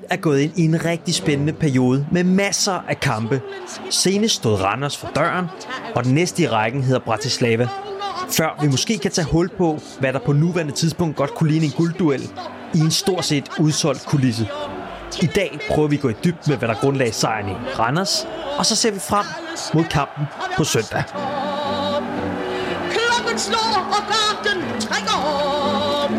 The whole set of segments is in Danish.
er gået ind i en rigtig spændende periode med masser af kampe. Senest stod Randers for døren, og den næste i rækken hedder Bratislava. Før vi måske kan tage hul på, hvad der på nuværende tidspunkt godt kunne ligne en guldduel i en stort set udsolgt kulisse. I dag prøver vi at gå i dybden med, hvad der grundlagde sejren i Randers, og så ser vi frem mod kampen på søndag. Klokken slår, og garden trækker op.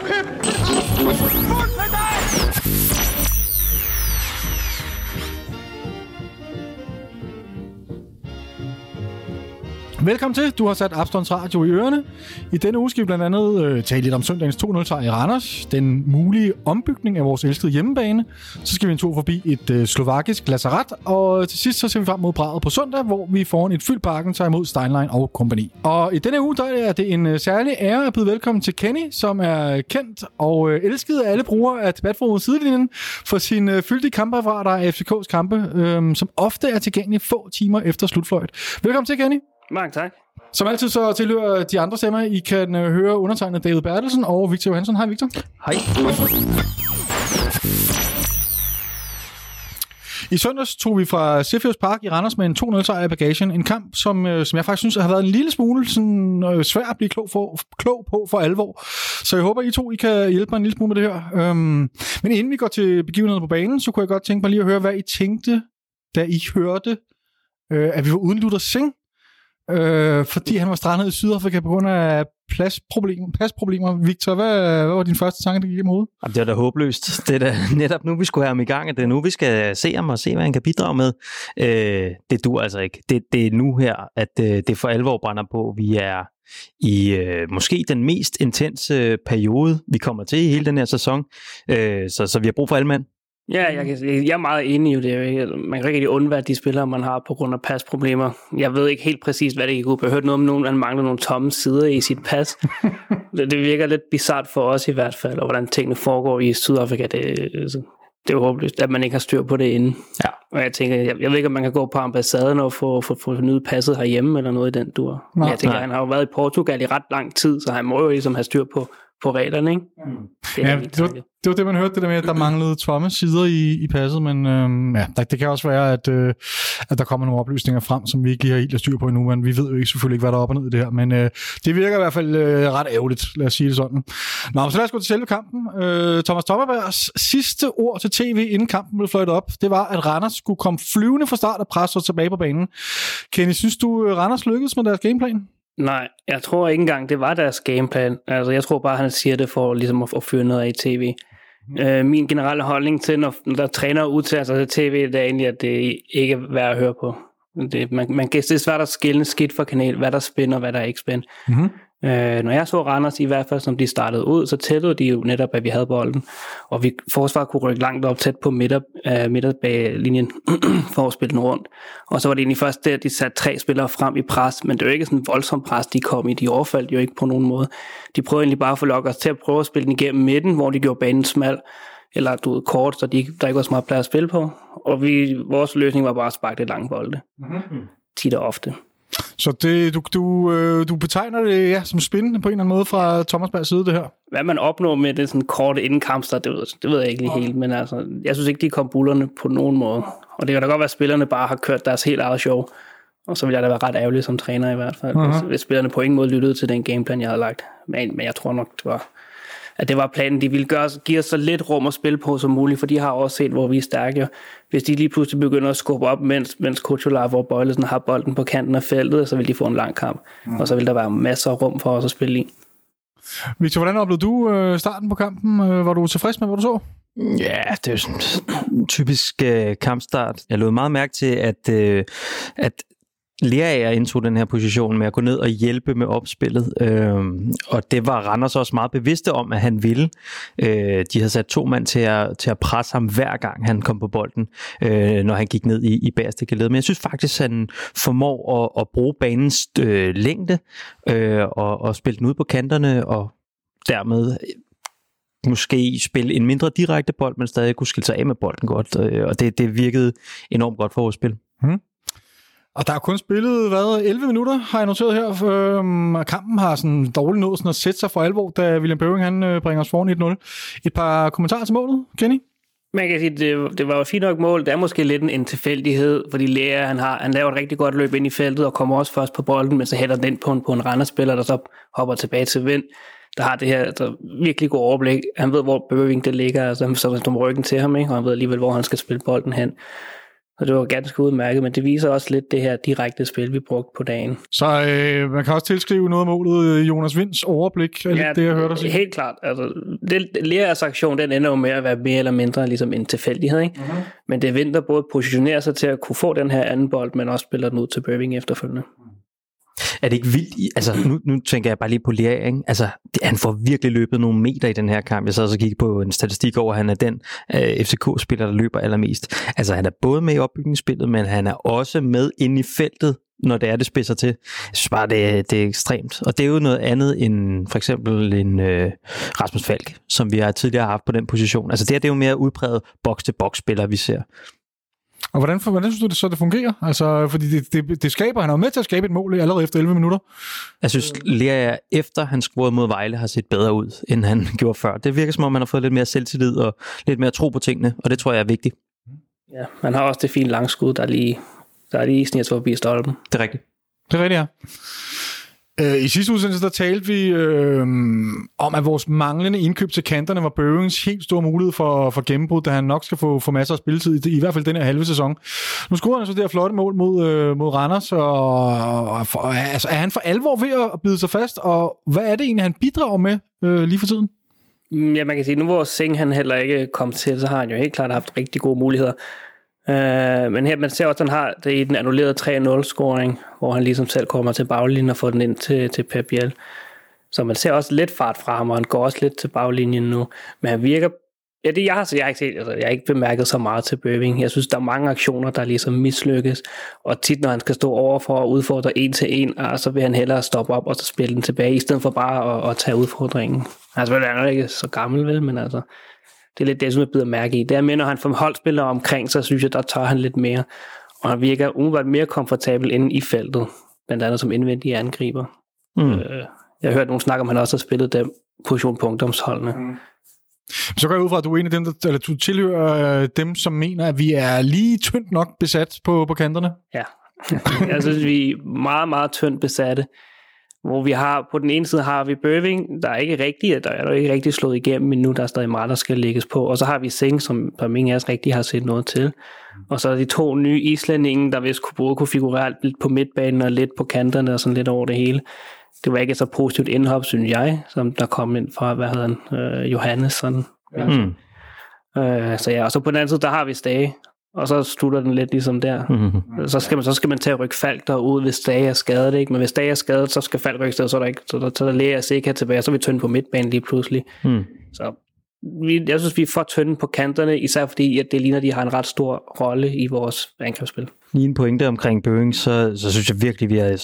Velkommen til. Du har sat Abstons Radio i ørerne. I denne uge skal vi blandt andet tale lidt om søndagens 2-0-sejr i Randers, den mulige ombygning af vores elskede hjemmebane. Så skal vi en tur forbi et slovakisk lazaret, og til sidst så ser vi frem mod Braget på søndag, hvor vi foran et fyldt parken tager imod Steinlein og kompagni. Og i denne uge der er det en særlig ære at byde velkommen til Kenny, som er kendt og elsket af alle brugere af debatforumet Sidelinjen for sin fyldige kampreferater af FCK's kampe, som ofte er tilgængelige få timer efter slutfløjt. Velkommen til, Kenny. Mange tak. Som altid så tilhører de andre stemmer. I kan høre undertegnet David Bertelsen og Victor Johansson. Hej Victor. Hej. I søndags tog vi fra Zephyrs Park i Randers med en 2-0-sejr i bagagen. En kamp, som jeg faktisk synes har været en lille smule sådan, svær at blive klog på for alvor. Så jeg håber, I to I kan hjælpe mig en lille smule med det her. Men inden vi går til begivenheden på banen, så kunne jeg godt tænke mig lige at høre, hvad I tænkte, da I hørte, at vi var uden Luther Singh. Fordi han var strandet i Sydafrika på grund af pladsproblemer. Victor, hvad var din første tanke, der gik igennem hovedet? Det er da håbløst. Det er da netop nu, vi skulle have ham i gang, og det er nu, vi skal se ham og se, hvad han kan bidrage med. Det dur altså ikke. Det er nu her, at det for alvor brænder på. Vi er i måske den mest intense periode, vi kommer til i hele den her sæson. Så vi har brug for alle mand. Ja, jeg er meget enig i det. Man kan ikke rigtig undvære de spillere, man har på grund af pasproblemer. Jeg ved ikke helt præcis, hvad det gik ud på. Jeg har hørt noget om, nogen, at man mangler nogle tomme sider i sit pas. Det virker lidt bizart for os i hvert fald, og hvordan tingene foregår i Sydafrika. Det er jo håbløst, at man ikke har styr på det inden. Ja. Og jeg tænker, jeg ved ikke, om man kan gå på ambassaden og få fornyet passet herhjemme, eller noget i den dur. Men jeg tænker, han har jo været i Portugal i ret lang tid, så han må jo ligesom have styr på reglerne, ikke? Det var det, man hørte, det der med, at der manglede tomme sider i passet, men det kan også være, at der kommer nogle oplysninger frem, som vi ikke lige har helt styr på endnu, men vi ved jo selvfølgelig ikke, hvad der er op og ned i det her, men det virker i hvert fald ret ærgerligt, lad os sige det sådan. Nå, så lad os gå til selve kampen. Thomas Tommerbergs sidste ord til tv, inden kampen blev fløjtet op, det var, at Randers skulle komme flyvende fra start og presse os tilbage på banen. Kenny, synes du, Randers lykkedes med deres gameplan? Nej, jeg tror ikke engang, det var deres gameplan. Altså, jeg tror bare, han siger det for ligesom at føre noget af i tv. Min generelle holdning til, når der træner udtager sig til tv, det er egentlig, at det ikke er værd at høre på. Det er svært at skille skidt for kanal, hvad der spænder og hvad der ikke spænder. Mm-hmm. Når jeg så Randers, i hvert fald som de startede ud, så tættede de jo netop, at vi havde bolden, og vi forsvaret kunne rykke langt op tæt på midterbanelinjen for at spille den rundt. Og så var det egentlig først der, de satte 3 spillere frem i pres, men det er jo ikke sådan en voldsom pres, de kom i. De overfaldt jo ikke på nogen måde. De prøvede egentlig bare at få lokket os til at prøve at spille den igennem midten, hvor de gjorde banen smal, eller kort, så der ikke var så meget plads at spille på. Og vores løsning var bare at sparke det lange bolde. Mm-hmm. Tit og ofte. Så du betegner det som spændende på en eller anden måde fra Thomas Bergs side, det her? Hvad man opnår med det sådan korte indkampstart, det ved jeg ikke lige helt, men altså, jeg synes ikke, de kom bullerne på nogen måde. Og det kan da godt være, at spillerne bare har kørt deres helt eget show, og så vil jeg da være ret ærgerlig som træner i hvert fald, hvis spillerne på ingen måde lyttede til den gameplan, jeg havde lagt. Men jeg tror nok, det var planen. De ville give os så lidt rum at spille på som muligt, for de har også set, hvor vi er stærke. Hvis de lige pludselig begynder at skubbe op, mens Kuchola, hvor Bøjlesen har bolden på kanten af feltet, så vil de få en lang kamp. Og så vil der være masser af rum for os at spille i. Victor, hvordan oplevede du starten på kampen? Var du tilfreds med, hvad du så? Ja, det er jo sådan en typisk kampstart. Jeg lod meget mærke til, at Lerager indtog den her position med at gå ned og hjælpe med opspillet, og det var Randers også meget bevidste om, at han ville. De havde sat 2 mand til at presse ham hver gang han kom på bolden, når han gik ned i bagerste geled. Men jeg synes faktisk, at han formår at bruge banens længde og spille den ud på kanterne, og dermed måske spille en mindre direkte bold, men stadig kunne skille sig af med bolden godt, og det virkede enormt godt for vores spil. Og der er kun spillet, 11 minutter, har jeg noteret her. Kampen har sådan dårligt nået sådan at sætte sig for alvor, da William Bøving han bringer os foran 1-0. Et par kommentarer til målet, Kenny? Man kan sige, det var jo fint nok mål. Det er måske lidt en tilfældighed, fordi Lea, han laver et rigtig godt løb ind i feltet og kommer også først på bolden, men så hælder den på en Randers-spiller, der så hopper tilbage til Vind. Der har det her altså, virkelig god overblik. Han ved, hvor Bøving det ligger, altså, så står ryggen til ham, ikke? Og han ved alligevel, hvor han skal spille bolden hen. Og det var ganske udmærket, men det viser også lidt det her direkte spil, vi brugte på dagen. Så man kan også tilskrive noget af målet Jonas Vinds overblik, er lidt det, jeg hørte dig sige? Helt klart. Altså, Leas aktion, den ender jo med at være mere eller mindre ligesom en tilfældighed, ikke? Uh-huh. Men det Vind, der både positionerer sig til at kunne få den her anden bold, men også spiller den ud til Bøving efterfølgende. Er det ikke vildt? Altså, nu tænker jeg bare lige på Lea, ikke? Altså, han får virkelig løbet nogle meter i den her kamp. Jeg sad så kiggede på en statistik over, at han er den FCK-spiller, der løber allermest. Altså, han er både med i opbygningsspillet, men han er også med inde i feltet, når det spidser til. Jeg synes bare, det er ekstremt. Og det er jo noget andet end for eksempel en Rasmus Falk, som vi har tidligere haft på den position. Altså, det er jo mere udpræget box-til-box-spiller, vi ser. Og hvordan synes du det så, det fungerer? Altså, fordi det skaber, han er med til at skabe et mål allerede efter 11 minutter. Jeg synes, Lea efter han scorede mod Vejle har set bedre ud, end han gjorde før. Det virker som om, man har fået lidt mere selvtillid og lidt mere tro på tingene, og det tror jeg er vigtigt. Ja, man har også det fine langskud, der lige sniger sig forbi stolpen. Det er rigtigt. Det er rigtigt, ja. I sidste udsendelse, der talte vi om, at vores manglende indkøb til kanterne var Bøvings helt store mulighed for gennembrud, da han nok skal få masser af spilletid, i hvert fald den her halve sæson. Nu scorer han så det her flotte mål mod Randers, og altså, er han for alvor ved at bide sig fast, og hvad er det egentlig, han bidrager med lige for tiden? Ja, man kan sige, nu hvor Singh han heller ikke kom til, så har han jo helt klart haft rigtig gode muligheder. Men her man ser også, at han har det i den annullerede 3-0-scoring, hvor han ligesom selv kommer til baglinjen og får den ind til Pep Biel. Så man ser også lidt fart fra ham, og han går også lidt til baglinjen nu. Men han virker... Ja, det jeg har ikke bemærket så meget til Bøving. Jeg synes, der er mange aktioner, der ligesom mislykkes. Og tit, når han skal stå over for at udfordre 1-1, så vil han hellere stoppe op og så spille den tilbage, i stedet for bare at tage udfordringen. Altså, han er ikke så gammel, vel, men altså... Det er lidt det, som jeg bider mærke i. Dermed, når han får holdspillere omkring, så synes jeg, der tager han lidt mere. Og han virker umiddelbart mere komfortabel inde i feltet, blandt andet som indvendige angriber. Jeg har hørt nogen snakke om, at han også har spillet den position på ungdomsholdene. Så går jeg ud fra, at du er en af dem, eller du tilhører dem, som mener, at vi er lige tyndt nok besat på kanterne. Ja, jeg synes, vi er meget, meget tyndt besatte. Hvor vi har, på den ene side har vi Bøving, der er ikke rigtig slået igennem endnu, der er stadig meget, der skal lægges på. Og så har vi Singh, som på min af rigtig har set noget til. Og så er de to nye islændinge, der vist kunne figurere lidt på midtbanen og lidt på kanterne og sådan lidt over det hele. Det var ikke så positivt indhop, synes jeg, som der kom ind fra, Johannes. Sådan. Så ja, og så på den anden side, der har vi Stage. Og så slutter den lidt ligesom der. Så skal man tage rykke Falk derud, hvis Stage er skadet, ikke? Men hvis Stage er skadet, så skal Falk rykke stedet, så der læger Seka tilbage, og så er vi tynde på midtbanen lige pludselig. Så jeg synes, vi er for tynde på kanterne, især fordi, at det ligner, at de har en ret stor rolle i vores angrebsspil. Lige en pointe omkring Bøving, så synes jeg virkelig, vi er...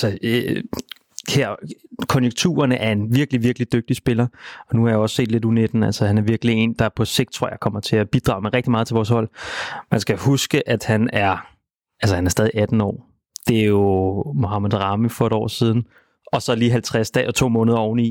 her, konjunkturerne er en virkelig, virkelig dygtig spiller, og nu har jeg også set lidt U19, altså han er virkelig en, der på sigt, tror jeg, kommer til at bidrage med rigtig meget til vores hold. Man skal huske, at han er stadig 18 år. Det er jo Mohamed Rami for et år siden, og så lige 50 dage og 2 måneder oveni.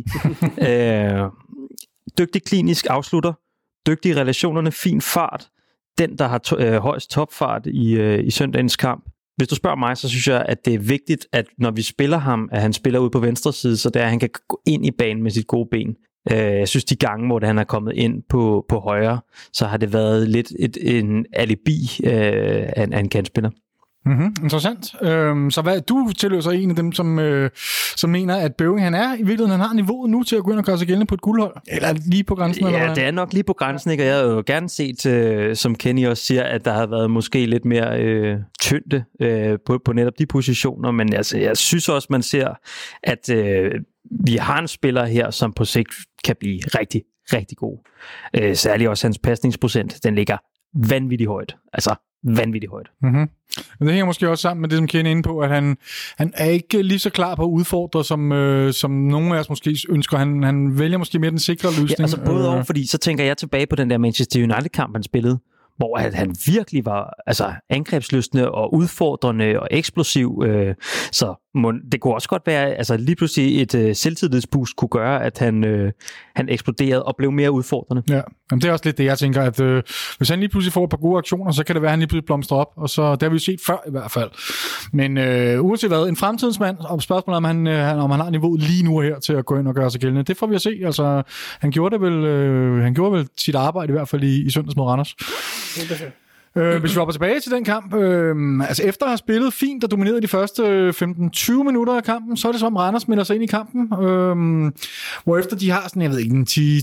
Dygtig klinisk afslutter, dygtig i relationerne, fin fart, den, der har højst topfart i søndagens kamp. Hvis du spørger mig, så synes jeg, at det er vigtigt, at når vi spiller ham, at han spiller ud på venstre side, så der han kan gå ind i banen med sit gode ben. Jeg synes, de gange, hvor han er kommet ind på højre, så har det været lidt en alibi af en kantspiller. Interessant. Så hvad du tilhører så en af dem, som mener, at Bøving han er i virkeligheden, han har niveauet nu til at gå ind og gøre sig gældende på et guldhold? Eller lige på grænsen? Ja, det er nok lige på grænsen, ikke? Og jeg har jo gerne set, som Kenny også siger, at der har været måske lidt mere tyngde på netop de positioner, men altså, jeg synes også, man ser, at vi har en spiller her, som på sigt kan blive rigtig, rigtig god. Særligt også hans pasningsprocent, den ligger vanvittigt højt. Altså vanvittigt højt. Men det hænger måske også sammen med det, som Kenny er inde på, at han er ikke lige så klar på at udfordre, som nogle af os måske ønsker. Han vælger måske mere den sikre løsning. Ja, altså både over, fordi så tænker jeg tilbage på den der Manchester United-kamp, han spillede, hvor han virkelig var angrebslystende og udfordrende og eksplosiv. Så det kunne også godt være, altså lige pludselig et selvtillidsboost kunne gøre, at han eksploderede og blev mere udfordrende. Ja, jamen, det er også lidt det, jeg tænker, at hvis han lige pludselig får et par gode aktioner, så kan det være, at han lige pludselig blomstrer op, og så det har vi jo set før i hvert fald. Men uanset hvad, en fremtidsmand, og spørgsmålet om han har niveauet lige nu her til at gå ind og gøre sig gældende, det får vi at se. Altså, han gjorde vel sit arbejde i hvert fald i søndags mod Randers. Hvis vi hopper tilbage til den kamp, altså efter at have spillet fint og domineret de første 15-20 minutter af kampen, så er det som Randers melder sig ind i kampen, hvorefter de har sådan, jeg ved ikke,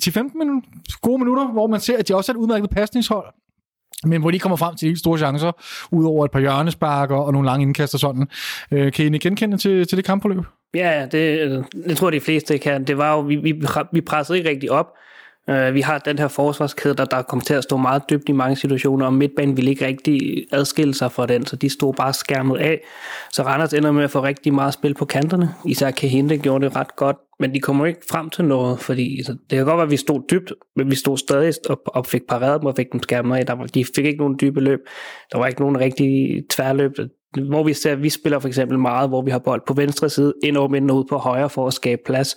10-15 gode minutter, hvor man ser, at de også er et udmærket pasningshold, men hvor de kommer frem til helt store chancer, udover et par hjørnesparker og nogle lange indkast og sådan. Kan I genkende til det kampforløb? Ja, det tror jeg, de fleste kan. Det var jo, vi pressede ikke rigtig op. Vi har den her forsvarskæde, der kommer til at stå meget dybt i mange situationer, og midtbanen ville ikke rigtig adskille sig fra den, så de stod bare skærmet af. Så Randers ender med at få rigtig meget spil på kanterne. Især Kahinde gjorde det ret godt, men de kommer ikke frem til noget, fordi det kan godt være, at vi stod dybt, men vi stod stadig og fik pareret dem og fik dem skærmet af. De fik ikke nogen dybe løb. Der var ikke nogen rigtig tværløb. Hvor vi ser, vi spiller for eksempel meget, hvor vi har bold på venstre side, ind over midten og ud på højre for at skabe plads.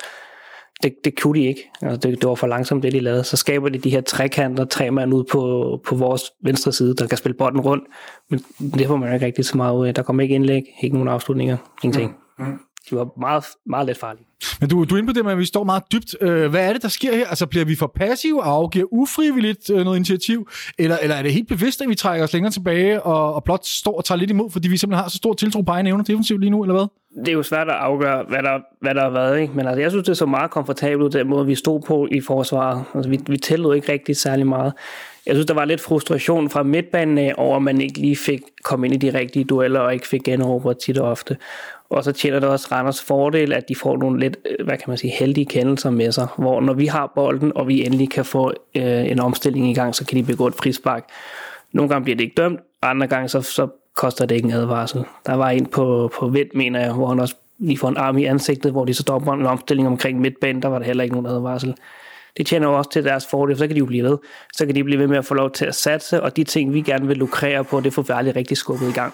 Det kunne de ikke. Altså det var for langsomt, det de lavede. Så skaber de her trekanter, 3 mand ud på vores venstre side, der kan spille bolden rundt. Men det får man ikke rigtig så meget ud af. Der kom ikke indlæg, ikke nogen afslutninger, ingenting. De var meget, meget let farlige. Men du er inde på det med, at vi står meget dybt. Hvad er det, der sker her? Altså bliver vi for passive og afgiver ufrivilligt noget initiativ? Eller er det helt bevidst, at vi trækker os længere tilbage og blot står og tager lidt imod, fordi vi simpelthen har så stor tiltro på egne evner defensivt lige nu, eller hvad? Det er jo svært at afgøre, hvad der har været, ikke? Men altså, jeg synes, det er så meget komfortabelt ud, den måde, vi stod på i forsvaret. Altså, vi tællede ikke rigtig særlig meget. Jeg synes, der var lidt frustration fra midtbanen af, over at man ikke lige fik komme ind i de rigtige dueller, og ikke fik generobret tit og ofte. Og så tjener det også Randers fordel, at de får nogle lidt, hvad kan man sige, heldige kendelser med sig, hvor når vi har bolden, og vi endelig kan få en omstilling i gang, så kan de begå et frispark. Nogle gange bliver det ikke dømt, andre gange så koster det ikke en advarsel. Der var en på Vind, mener jeg, hvor han også lige får en arm i ansigtet, hvor de så stopper en omstilling omkring midtbanen, der var der heller ikke nogen advarsel. Det tjener jo også til deres fordel, så kan de jo blive ved. Så kan de blive ved med at få lov til at satse, og de ting, vi gerne vil lukrere på, det får vi aldrig rigtig skubbet i gang.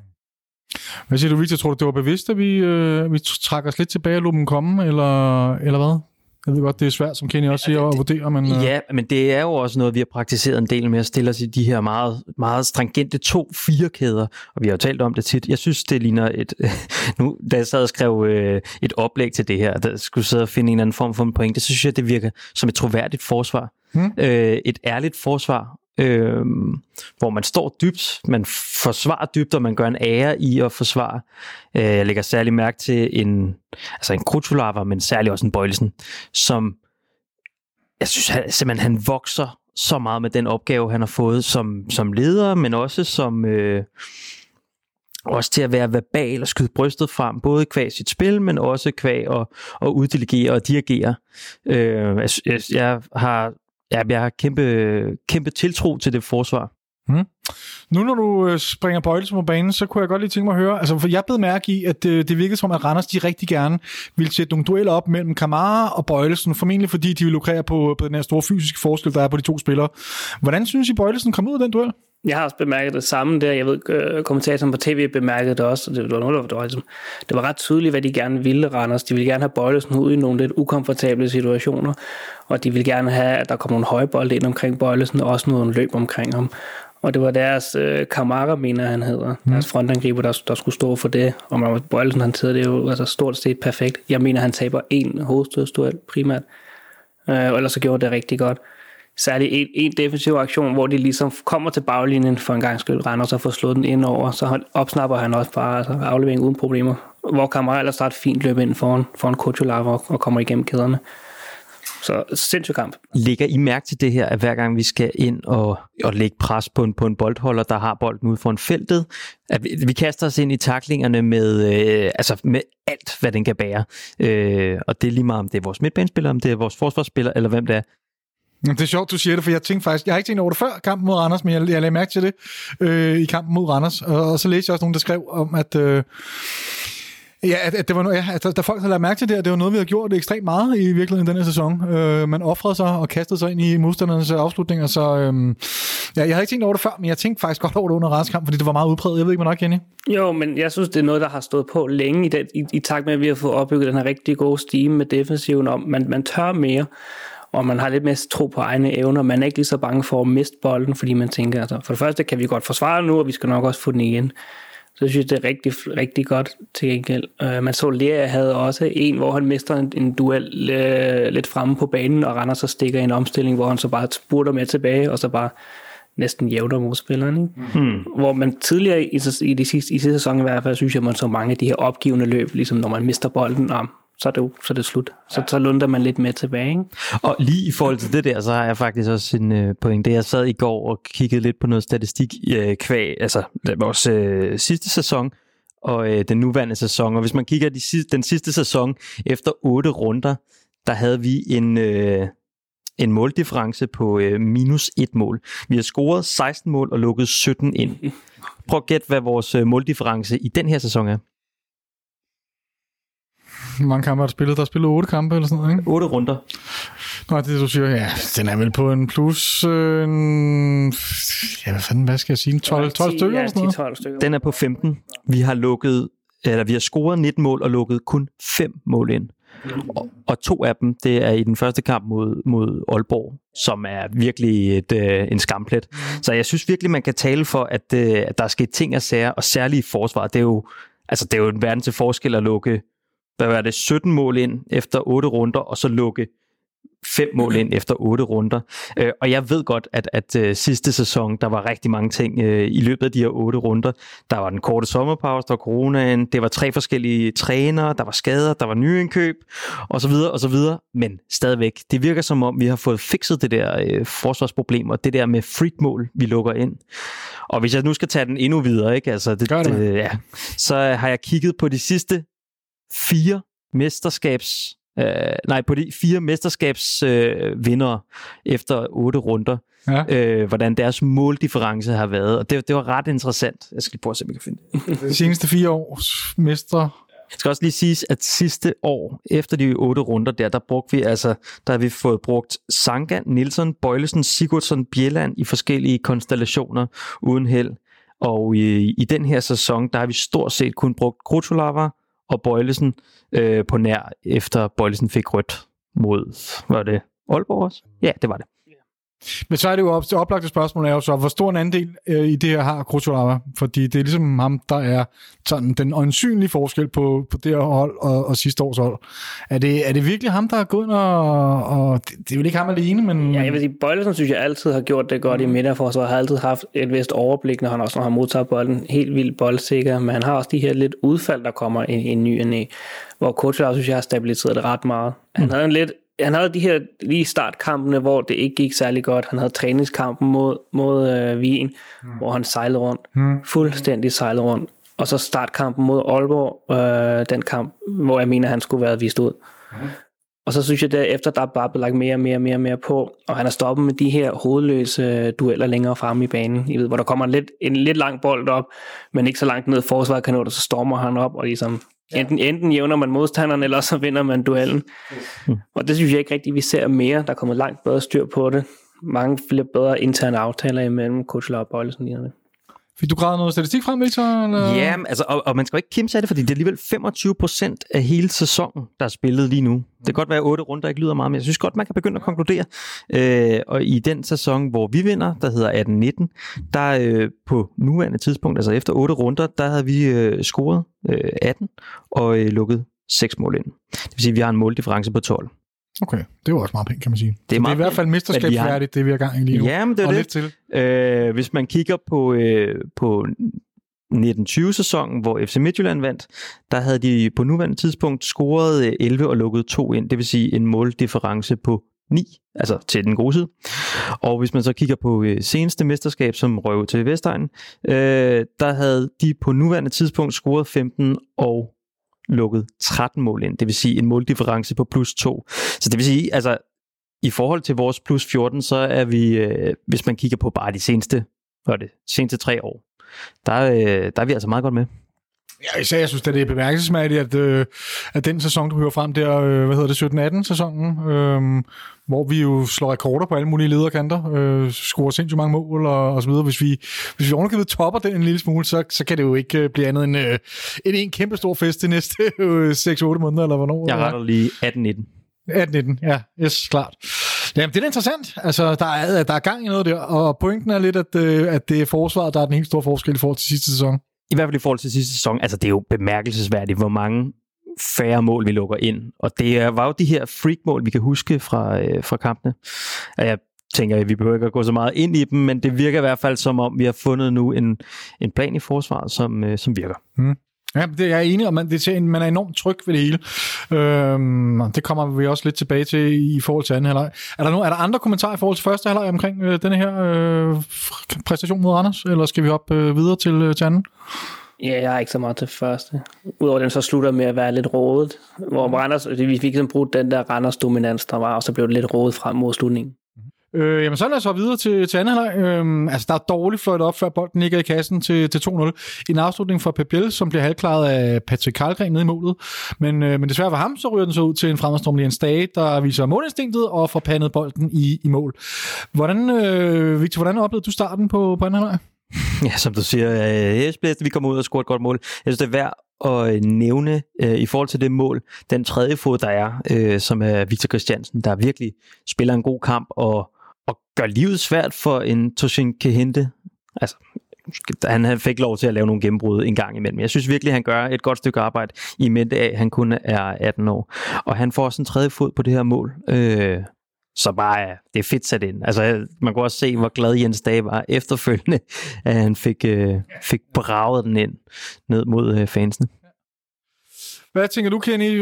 Hvad siger du, Victor? Tror du, det var bevidst, at vi trækker os lidt tilbage og lå dem komme, eller hvad? Jeg ved godt, det er svært, som Kenny også siger, at vurdere, men... Ja, men det er jo også noget, vi har praktiseret en del med at stille os i de her meget, meget stringente 2-4-kæder, og vi har jo talt om det tit. Jeg synes, det ligner nu, da jeg sad og skrev et oplæg til det her, der skulle sidde og finde en anden form for en pointe, så synes jeg, det virker som et troværdigt forsvar. Et ærligt forsvar, hvor man står dybt, man forsvarer dybt, og man gør en ære i at forsvare. Jeg lægger særlig mærke til en Krutulava, men særlig også en Bøjlesen, som jeg synes simpelthen, han vokser så meget med den opgave, han har fået som leder, men også som også til at være verbal og skyde brystet frem, både kvæg sit spil, men også kvæg og uddelegere og dirigere. Jeg har kæmpe tiltro til det forsvar. Nu når du springer Bøjlesen på banen, så kunne jeg godt lige tænke mig at høre, altså for jeg blev mærke i, at det virkede som, at Randers de rigtig gerne ville sætte nogle dueller op mellem Kamara og Bøjlesen, formentlig fordi de vil lukrere på den her store fysiske forskel, der er på de to spillere. Hvordan synes I, Bøjlesen kom ud af den duel? Jeg har også bemærket det samme der. Jeg ved, kommentatoren på TV bemærkede det også. Det var ret tydeligt, hvad de gerne ville, Randers. De ville gerne have Bøjlesen ud i nogle lidt ukomfortable situationer, og de ville gerne have, at der kom nogle højbolde ind omkring Bøjlesen, og også nogle løb omkring ham. Og det var deres Kamara, mener han hedder. Deres frontangriber, der skulle stå for det. Og man var Bøjlesen, han tager det jo altså stort set perfekt. Jeg mener, han taber en hovedstødsduel primært. Og ellers så gjorde det rigtig godt. Særligt en defensiv aktion, hvor de ligesom kommer til baglinjen for en gang skyld, render så får slået den ind over, så opsnapper han også bare altså aflevering uden problemer. Hvor Kamara ellers starter fint løb ind foran Kutulava og kommer igennem kæderne. Så sindssygt kamp. Lægger I mærke til det her, at hver gang vi skal ind og lægge pres på en boldholder, der har bolden ude foran feltet, at vi kaster os ind i taklingerne med alt, hvad den kan bære. Og det er lige meget, om det er vores midtbanespiller, om det er vores forsvarsspiller, eller hvem det er. Det er sjovt, du siger det, for jeg tænkte faktisk, jeg har ikke tænkt over det før kampen mod Randers, men jeg lagde mærke til det i kampen mod Randers. Og så læste jeg også nogen, der skrev om, at det var at der folk havde lagt mærke til det, at det var noget, vi har gjort ekstremt meget i virkeligheden den her sæson. Man offrede sig og kastede sig ind i modstandernes afslutninger, så Ja, jeg havde ikke tænkt over det før, men jeg tænkte faktisk godt over det under Randers-kamp, fordi det var meget udpræget. Jeg ved ikke, hvornår, Kenny? Jo, men jeg synes, det er noget, der har stået på længe i takt med, at vi har fået opbygget den her rigtig gode stime med defensiven om. Man tør mere, og man har lidt mere tro på egne evner. Man er ikke lige så bange for at miste bolden, fordi man tænker, altså, for det første kan vi godt forsvare nu, og vi skal nok også få den igen. Så synes jeg, det er rigtig, rigtig godt til gengæld. Man så Lea havde også en, hvor han mister en duel lidt fremme på banen, og render så stikker i en omstilling, hvor han så bare spurter med tilbage, og så bare næsten jævner modspilleren. Ikke? Hvor man tidligere i sidste sæson i hvert fald, synes jeg, man så mange af de her opgivende løb, ligesom når man mister bolden, så er det slut. Så lunder man lidt med tilbage. Ikke? Og lige i forhold til det der, så har jeg faktisk også en pointe. Jeg sad i går og kiggede lidt på noget statistik kvæg, altså vores sidste sæson og den nuværende sæson. Og hvis man kigger den sidste sæson efter 8 runder, der havde vi en måldifference på -1 mål. Vi har scoret 16 mål og lukket 17 ind. Prøv at gætte, hvad vores måldifference i den her sæson er. Hvor mange kampe har du spillet? Der har spillet 8 kampe eller sådan noget, ikke? 8 runder. Nå, det du siger, ja, den er vel på en plus... hvad skal jeg sige? 12 stykker eller sådan noget? 12 stykker. Den er på 15. Vi har scoret 19 mål og lukket kun 5 mål ind. Og 2 af dem, det er i den første kamp mod Aalborg, som er virkelig en skamplet. Så jeg synes virkelig, man kan tale for, at der er sket ting og sager, og særligt i forsvaret. Det er jo en verden til forskel at lukke 17 mål ind efter 8 runder, og så lukke 5 mål ind efter 8 runder. Og jeg ved godt, at sidste sæson, der var rigtig mange ting i løbet af de her 8 runder. Der var den korte sommerpause, der var coronaen, det var 3 forskellige trænere, der var skader, der var nyindkøb, og så videre, og så videre. Men stadigvæk, det virker som om, vi har fået fikset det der forsvarsproblem, og det der med freak-mål, vi lukker ind. Og hvis jeg nu skal tage den endnu videre, ikke? Altså, så har jeg kigget på de sidste 4 mesterskabsvindere efter 8 runder. Ja. Hvordan deres måldifference har været. Og det var ret interessant. Jeg skal prøve at se, om jeg kan finde det. De seneste 4 års mestre. Jeg skal også lige sige, at sidste år, efter de 8 runder der har vi fået brugt Sanka, Nielsen, Bøjlesen, Sigurdsson, Bjelland i forskellige konstellationer uden held. Og i den her sæson, der har vi stort set kun brugt Krutulava og Bøjlesen på nær, efter Bøjlesen fik rødt mod, var det Aalborg også? Ja, det var det. Men så er det jo det oplagte spørgsmål er jo så, hvor stor en andel i det her har Krutulava? Fordi det er ligesom ham, der er sådan den øjensynlige forskel på det her hold og sidste års hold. Er det virkelig ham, der er gået og det er jo ikke ham alene, men... Ja, jeg vil sige, Bøjlesen synes jeg altid har gjort det godt i midterforsvaret, har altid haft et vist overblik, når han har modtaget bolden, helt vildt boldsikker, men han har også de her lidt udfald, der kommer i en ny og næ, hvor Krutulava synes jeg har stabiliseret det ret meget. Han havde de her lige startkampene, hvor det ikke gik særlig godt. Han havde træningskampen mod Wien, hvor han sejlede rundt. Fuldstændig sejlede rundt. Og så startkampen mod Aalborg, den kamp, hvor jeg mener, han skulle være vist ud. Og så synes jeg derefter, der er bare blevet lagt mere på. Og han er stoppet med de her hovedløse dueller længere fremme i banen. I ved, hvor der kommer en lidt lang bold op, men ikke så langt ned i forsvaret kan nå det, så stormer han op og ligesom... Enten jævner man modstanderen, eller så vinder man duellen. Og det synes jeg ikke rigtigt, vi ser mere. Der er kommet langt bedre styr på det. Mange flere bedre interne aftaler imellem Krutulava og Bøjlesen. Fik du gradet noget statistik frem, Victor? Eller? Ja, altså, og man skal jo ikke kimse af det, fordi det er alligevel 25% af hele sæsonen, der er spillet lige nu. Det kan godt være 8 runder, ikke lyder meget, men jeg synes godt, man kan begynde at konkludere. Og i den sæson, hvor vi vinder, der hedder 18-19, der på nuværende tidspunkt, altså efter 8 runder, der havde vi scoret 18 og lukket 6 mål ind. Det vil sige, at vi har en måldifference på 12. Okay, det er jo også meget pænt, kan man sige. Det er i hvert fald mesterskabsfærdigt, det vi er gang i lige nu. Ja, men det er det. Til. Hvis man kigger på 1920-sæsonen, hvor FC Midtjylland vandt, der havde de på nuværende tidspunkt scoret 11 og lukket 2 ind. Det vil sige en måldifference på 9, altså til den gode side. Og hvis man så kigger på seneste mesterskab, som røg til Vestegnen, der havde de på nuværende tidspunkt scoret 15 og lukket 13 mål ind. Det vil sige en måldifference på plus 2. Så det vil sige, altså i forhold til vores plus 14, så er vi, hvis man kigger på bare de seneste 3 år, der er vi altså meget godt med. Ja, jeg synes, at det er bemærkelsesværdigt, at den sæson, du hører frem der, 17-18 sæsonen, hvor vi jo slår rekorder på alle mulige lederkanter, scorer sindssygt mange mål og så videre. Hvis vi ovenikøbet topper den en lille smule, så kan det jo ikke blive andet end en kæmpe stor fest de næste 6-8 måneder, eller hvornår. Jeg retter lige 18-19. 18-19, ja, yes, klart. Jamen, det er interessant. Altså, der er gang i noget der, og pointen er lidt, at det er forsvaret, der er den helt store forskel i forhold til sidste sæson. I hvert fald i forhold til sidste sæson, altså det er jo bemærkelsesværdigt, hvor mange færre mål vi lukker ind. Og det var jo de her freak-mål, vi kan huske fra kampene. Og jeg tænker, at vi behøver ikke at gå så meget ind i dem, men det virker i hvert fald som om, vi har fundet nu en plan i forsvaret, som virker. Ja, det er jeg enig om. Man er enormt tryg ved det hele. Det kommer vi også lidt tilbage til i forhold til anden halvleg. Er der andre kommentarer i forhold til første halvleg omkring denne her præstation mod Randers, eller skal vi hoppe videre til anden? Ja, jeg er ikke så meget til første. Udover den så slutter med at være lidt rodet, hvor Randers, vi fik sådan brugt den der Randers dominans, der var, og så blev det lidt rodet frem mod slutningen. Jamen så lad os videre til anden halvleg. Altså der er dårligt fløjt op, før bolden ligger i kassen til 2-0. En afslutning fra Pep Biel, som bliver halvklaret af Patrick Karlgren nede i målet. Men desværre for ham, så ryger den så ud til en fremadstormende Jens Dage, der viser målinstinktet og får pandet bolden i mål. Victor, hvordan oplevede du starten på anden halvleg? Ja, som du siger, vi kommer ud og scorer et godt mål. Jeg synes, det er værd at nævne i forhold til det mål, den tredje fod, der er, som er Victor Christiansen, der virkelig spiller en god kamp og gør livet svært for en Toshin Kehinde. Altså, han fik lov til at lave nogle gennembrud en gang imellem. Jeg synes virkelig, han gør et godt stykke arbejde i mente af, at han kun er 18 år. Og han får sådan en tredje fod på det her mål. Så bare, det er fedt sat ind. Altså, man kunne også se, hvor glad Jens Dage var efterfølgende, at han fik braget den ind ned mod fansene. Hvad tænker du, Kenny?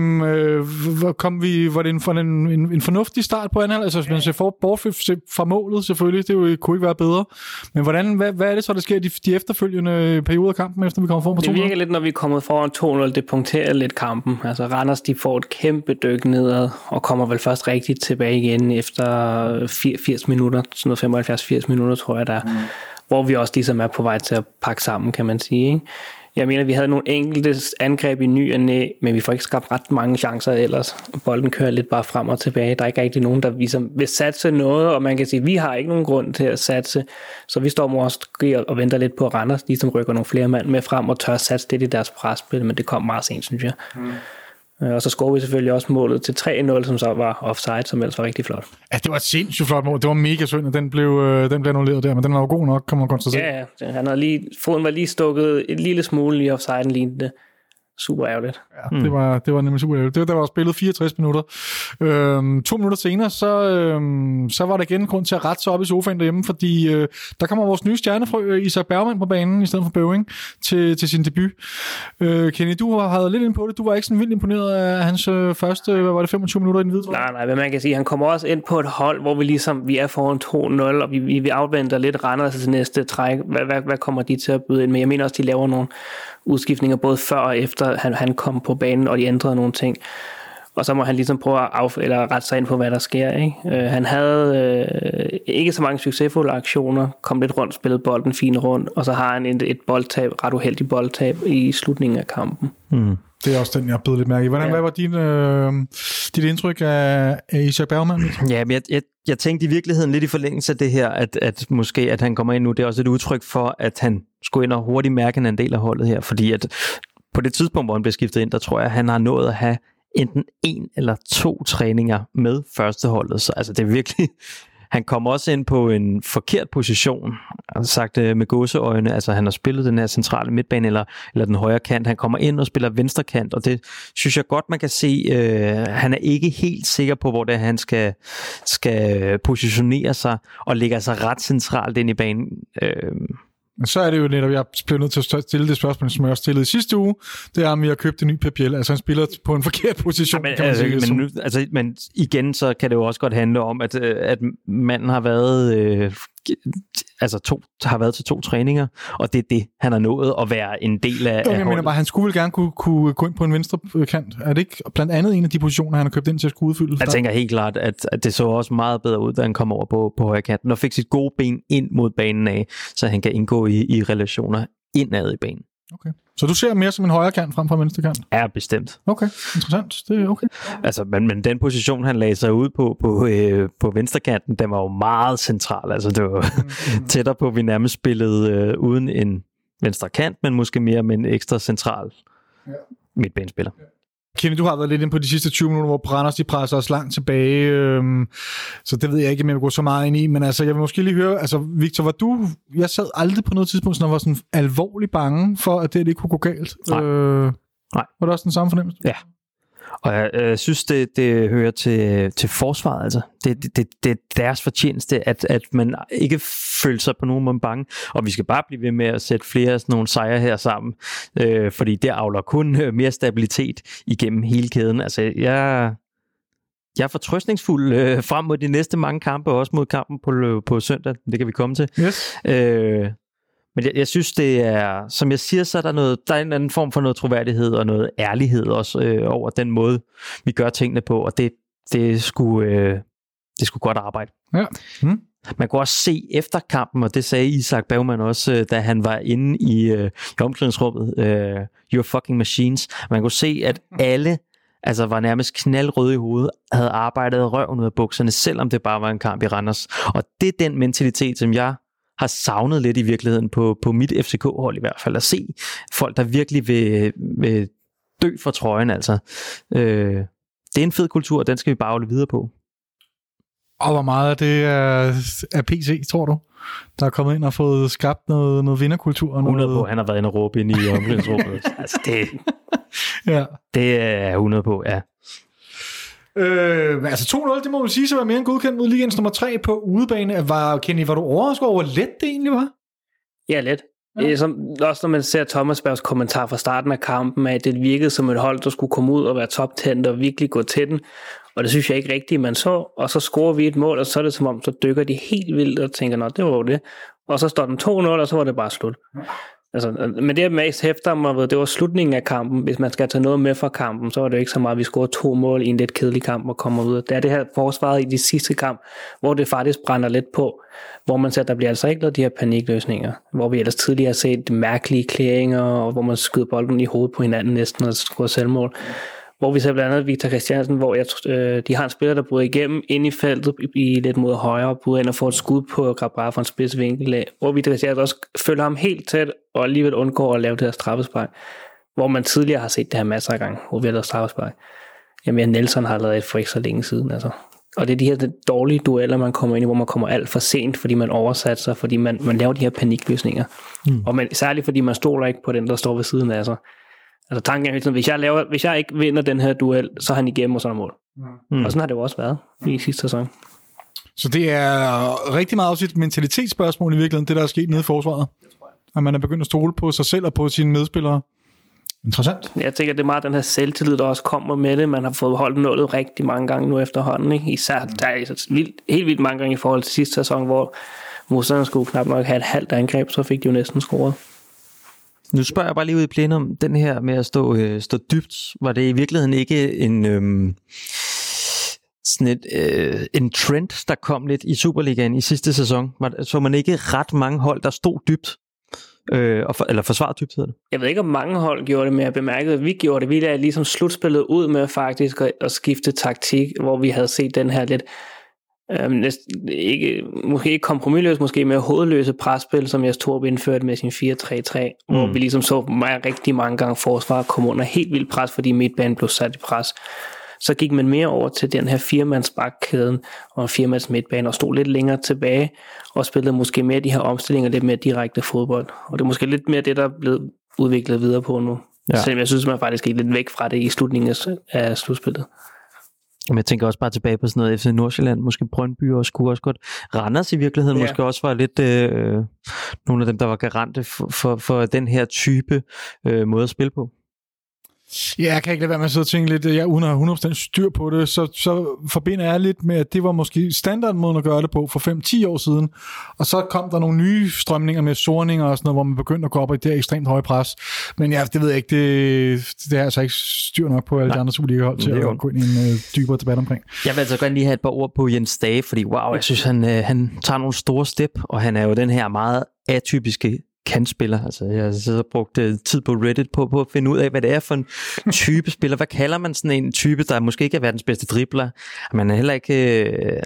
Var det en fornuftig start på anden halvleg? Altså, hvis man ser bort fra målet, selvfølgelig, det kunne ikke være bedre. Men hvad er det så, der sker de efterfølgende perioder af kampen, efter vi kommer foran på 2-0? Det virker lidt, når vi er kommet foran 2-0, det punkterer lidt kampen. Altså, Randers, de får et kæmpe dyk nedad, og kommer vel først rigtigt tilbage igen efter 80 minutter, sådan noget 75-80 minutter, tror jeg, der hvor vi også ligesom er på vej til at pakke sammen, kan man sige, ikke? Jeg mener, vi havde nogle enkelte angreb i ny og næ, men vi får ikke skabt ret mange chancer ellers. Bolden kører lidt bare frem og tilbage. Der er ikke rigtig nogen, der ligesom vil satse noget, og man kan sige, at vi har ikke nogen grund til at satse. Så vi står måske og venter lidt på at Randers, de som rykker nogle flere mand med frem og tør satse lidt i deres presspil, men det kom meget sent, synes jeg. Og så scorede vi selvfølgelig også målet til 3-0, som så var offside, som ellers var rigtig flot. Ja, det var et sindssygt flot mål. Det var mega synd, at den blev annulleret der, men den var jo god nok, kan man konstatere. Ja, foden var lige stukket et lille smule i offsiden, lignede det. Super ærgerligt. Ja, det var nemlig super ærgerligt. Der var spillet 64 minutter. 2 minutter senere, så var der igen grund til at rette sig op i sofaen derhjemme, fordi der kommer vores nye stjernefrø, Isak Bergman, på banen, i stedet for Bøving, til sin debut. Kenny, du havde lidt ind på det. Du var ikke sådan vildt imponeret af hans første, 25 minutter i den hvide trøje? Nej, men man kan sige, at han kommer også ind på et hold, hvor vi er foran 2-0, og vi afventer lidt Randers til næste træk. Hvad kommer de til at byde ind med? Jeg mener også, de laver nogle udskiftninger både før og efter han kom på banen, og de ændrede nogle ting. Og så må han ligesom prøve at rette sig ind på, hvad der sker. Ikke? Han havde ikke så mange succesfulde aktioner, kom lidt rundt, spillede bolden fint rundt, og så har han et boldtab, ret uheldig boldtab i slutningen af kampen. Det er også den, jeg blev lidt mærke i. Hvad var dit indtryk af Isak Bergman? Ja, men jeg tænkte i virkeligheden lidt i forlængelse af det her, at måske at han kommer ind nu, det er også et udtryk for, at han skulle ind og hurtigt mærke en del af holdet her, fordi at på det tidspunkt, hvor han blev skiftet ind, der tror jeg, at han har nået at have enten 1 eller 2 træninger med førsteholdet. Så altså, det er virkelig... Han kommer også ind på en forkert position, sagt med gåseøjne. Altså, han har spillet den her centrale midtbane eller den højre kant. Han kommer ind og spiller venstre kant, og det synes jeg godt, man kan se. Han er ikke helt sikker på, hvor det er, han skal positionere sig, og ligger sig ret centralt ind i banen. Så er det jo netop, jeg blev nødt til at stille det spørgsmål, som jeg også stillede i sidste uge. Det er, om vi har købt en ny Pep Biel. Altså, han spiller på en forkert position, kan man sige. Men igen, så kan det jo også godt handle om, at manden har været... har været til 2 træninger, og det er det, han har nået at være en del af jeg mener bare, han skulle vel gerne kunne gå ind på en venstre kant. Er det ikke blandt andet en af de positioner, han har købt ind til at skulle udfylde? Jeg tænker helt klart, at det så også meget bedre ud, da han kom over på højre kanten, og fik sit gode ben ind mod banen af, så han kan indgå i relationer indad i banen. Okay. Så du ser mere som en højre kant frem for venstre kant? Ja, bestemt. Okay, interessant. Det er okay. Altså, men den position, han lagde sig ud på venstrekanten, den var jo meget central. Altså, det var tættere på, at vi nærmest spillede uden en venstre kant, men måske mere med en ekstra central midtbanespiller. Kevin, du har været lidt inde på de sidste 20 minutter, hvor Randers de presser os langt tilbage, så det ved jeg ikke, om jeg vil gå så meget ind i, men altså, jeg vil måske lige høre, altså, Victor, jeg sad aldrig på noget tidspunkt, sådan, var sådan alvorligt bange for, at det ikke kunne gå galt. Nej. Var det også den samme fornemmelse? Ja. Og jeg synes, det hører til forsvaret. Altså. Det er deres fortjeneste, at man ikke føler sig på nogen måde bange. Og vi skal bare blive ved med at sætte flere sådan nogle sejre her sammen. Fordi det avler kun mere stabilitet igennem hele kæden. Altså, jeg er fortrøstningsfuld frem mod de næste mange kampe, og også mod kampen på søndag. Det kan vi komme til. Yes. Men jeg synes, det er, som jeg siger, så er der er en anden form for noget troværdighed og noget ærlighed også over den måde, vi gør tingene på, og det skulle godt arbejde. Ja. Man kunne også se efter kampen, og det sagde Isak Bergman også, da han var inde i omklædningsrummet, You're fucking machines. Man kunne se, at alle var nærmest knaldrøde i hovedet, havde arbejdet røven ud af bukserne, selvom det bare var en kamp i Randers. Og det er den mentalitet, som jeg har savnet lidt i virkeligheden på mit FCK-hold i hvert fald, at se folk, der virkelig vil dø for trøjen, altså. Det er en fed kultur, og den skal vi bare holde videre på. Og hvor meget af det er PC, tror du? Der er kommet ind og fået skabt noget vinderkultur? 100 på, han har været inde og råbe ind i omklædningsrummet. Altså, det er 100 på, ja. Altså 2-0, det må man sige, så var mere end godkendt mod ligens nummer 3 på udebane. Kenny, var du overrasket over, hvor let det egentlig var? Ja, let. Ja. Også når man ser Thomas Bergs kommentar fra starten af kampen, at det virkede som et hold, der skulle komme ud og være toptændt og virkelig gå til den. Og det synes jeg ikke rigtigt, man så. Og så scorer vi et mål, og så er det som om, så dykker de helt vildt og tænker, nå, det var jo det. Og så står den 2-0, og så var det bare slut. Altså, men det mest hæfter mig, det var slutningen af kampen. Hvis man skal tage noget med fra kampen, så var det jo ikke så meget, at vi scorede 2 mål i en lidt kedelig kamp og kommer ud. Det er det her forsvaret i de sidste kamp, hvor det faktisk brænder lidt på, hvor man ser, at der bliver altså ikke lavet de her panikløsninger, hvor vi ellers tidligere har set mærkelige klæringer, og hvor man skyder bolden i hovedet på hinanden næsten og scorer selvmål. Hvor vi ser blandt andet Victor Christiansen, hvor de har en spiller, der bryder igennem ind i feltet i lidt mod højre, og bryder ind og får et skud på Grabara fra en spidsvinkel af, hvor Victor Christiansen også følger ham helt tæt, og alligevel undgår at lave det her straffespark, hvor man tidligere har set det her masser af gange, hvor vi har lavet straffespark. Jamen, Nelson har lavet et for ikke så længe siden, altså. Og det er de her dårlige dueller, man kommer ind i, hvor man kommer alt for sent, fordi man oversat sig, fordi man laver de her panikløsninger. Og særligt fordi man stoler ikke på den, der står ved siden af sig. Altså tanken er, hvis jeg ikke vinder den her duel, så er han igennem og sådan mål. Og sådan har det jo også været i sidste sæson. Så det er rigtig meget også et mentalitetsspørgsmål i virkeligheden, det der er sket nede i forsvaret. At man er begyndt at stole på sig selv og på sine medspillere. Interessant. Jeg tænker, det er meget den her selvtillid, der også kommer med det. Man har fået holdt nullet rigtig mange gange nu efterhånden. Ikke? Især der er helt vildt mange gange i forhold til sidste sæson, hvor modstanderen skulle knap nok have et halvt angreb, så fik de jo næsten scoret. Nu spørger jeg bare lige ud i plenum, den her med at stå dybt, var det i virkeligheden ikke en trend, der kom lidt i Superligaen i sidste sæson? Så man ikke ret mange hold, der stod dybt, eller forsvarede dybt, hedder det? Jeg ved ikke, om mange hold gjorde det, men jeg bemærkede, at vi gjorde det. Vi lavede ligesom slutspillet ud med faktisk at skifte taktik, hvor vi havde set den her lidt måske ikke kompromisløs, måske mere hovedløse presspil, som Jes Torp indførte med sin 4-3-3, hvor vi ligesom så rigtig mange gange forsvar komme under helt vildt pres, fordi midtbanen blev sat i pres. Så gik man mere over til den her 4-mands bakkæden og en 4-mands midtbane og stod lidt længere tilbage og spillede måske mere de her omstillinger, lidt mere direkte fodbold. Og det er måske lidt mere det, der er blevet udviklet videre på nu. Ja. Selvom jeg synes, man faktisk gik lidt væk fra det i slutningen af slutspillet. Men jeg tænker også bare tilbage på sådan noget FC Nordsjælland, måske Brøndby og skulle også godt. Randers i virkeligheden måske også var lidt nogle af dem, der var garante for den her type måde at spille på. Ja, jeg kan ikke lade være med at sidde og tænke lidt, uden at have 100% styr på det, så forbinder jeg lidt med, at det var måske standardmåden at gøre det på for 5-10 år siden, og så kom der nogle nye strømninger med sorninger og sådan noget, hvor man begyndte at gå op i det ekstremt høje pres. Men ja, det ved jeg ikke, det er altså ikke styr nok på alle de andre Superliga-hold til at gå ind i en dybere debat omkring. Jeg vil altså gerne lige have et par ord på Jens Dage, fordi wow, jeg synes, han tager nogle store step, og han er jo den her meget atypiske kantspiller. Altså, jeg har siddet og brugt tid på Reddit på at finde ud af, hvad det er for en type spiller. Hvad kalder man sådan en type, der måske ikke er verdens bedste dribler? Man er heller ikke...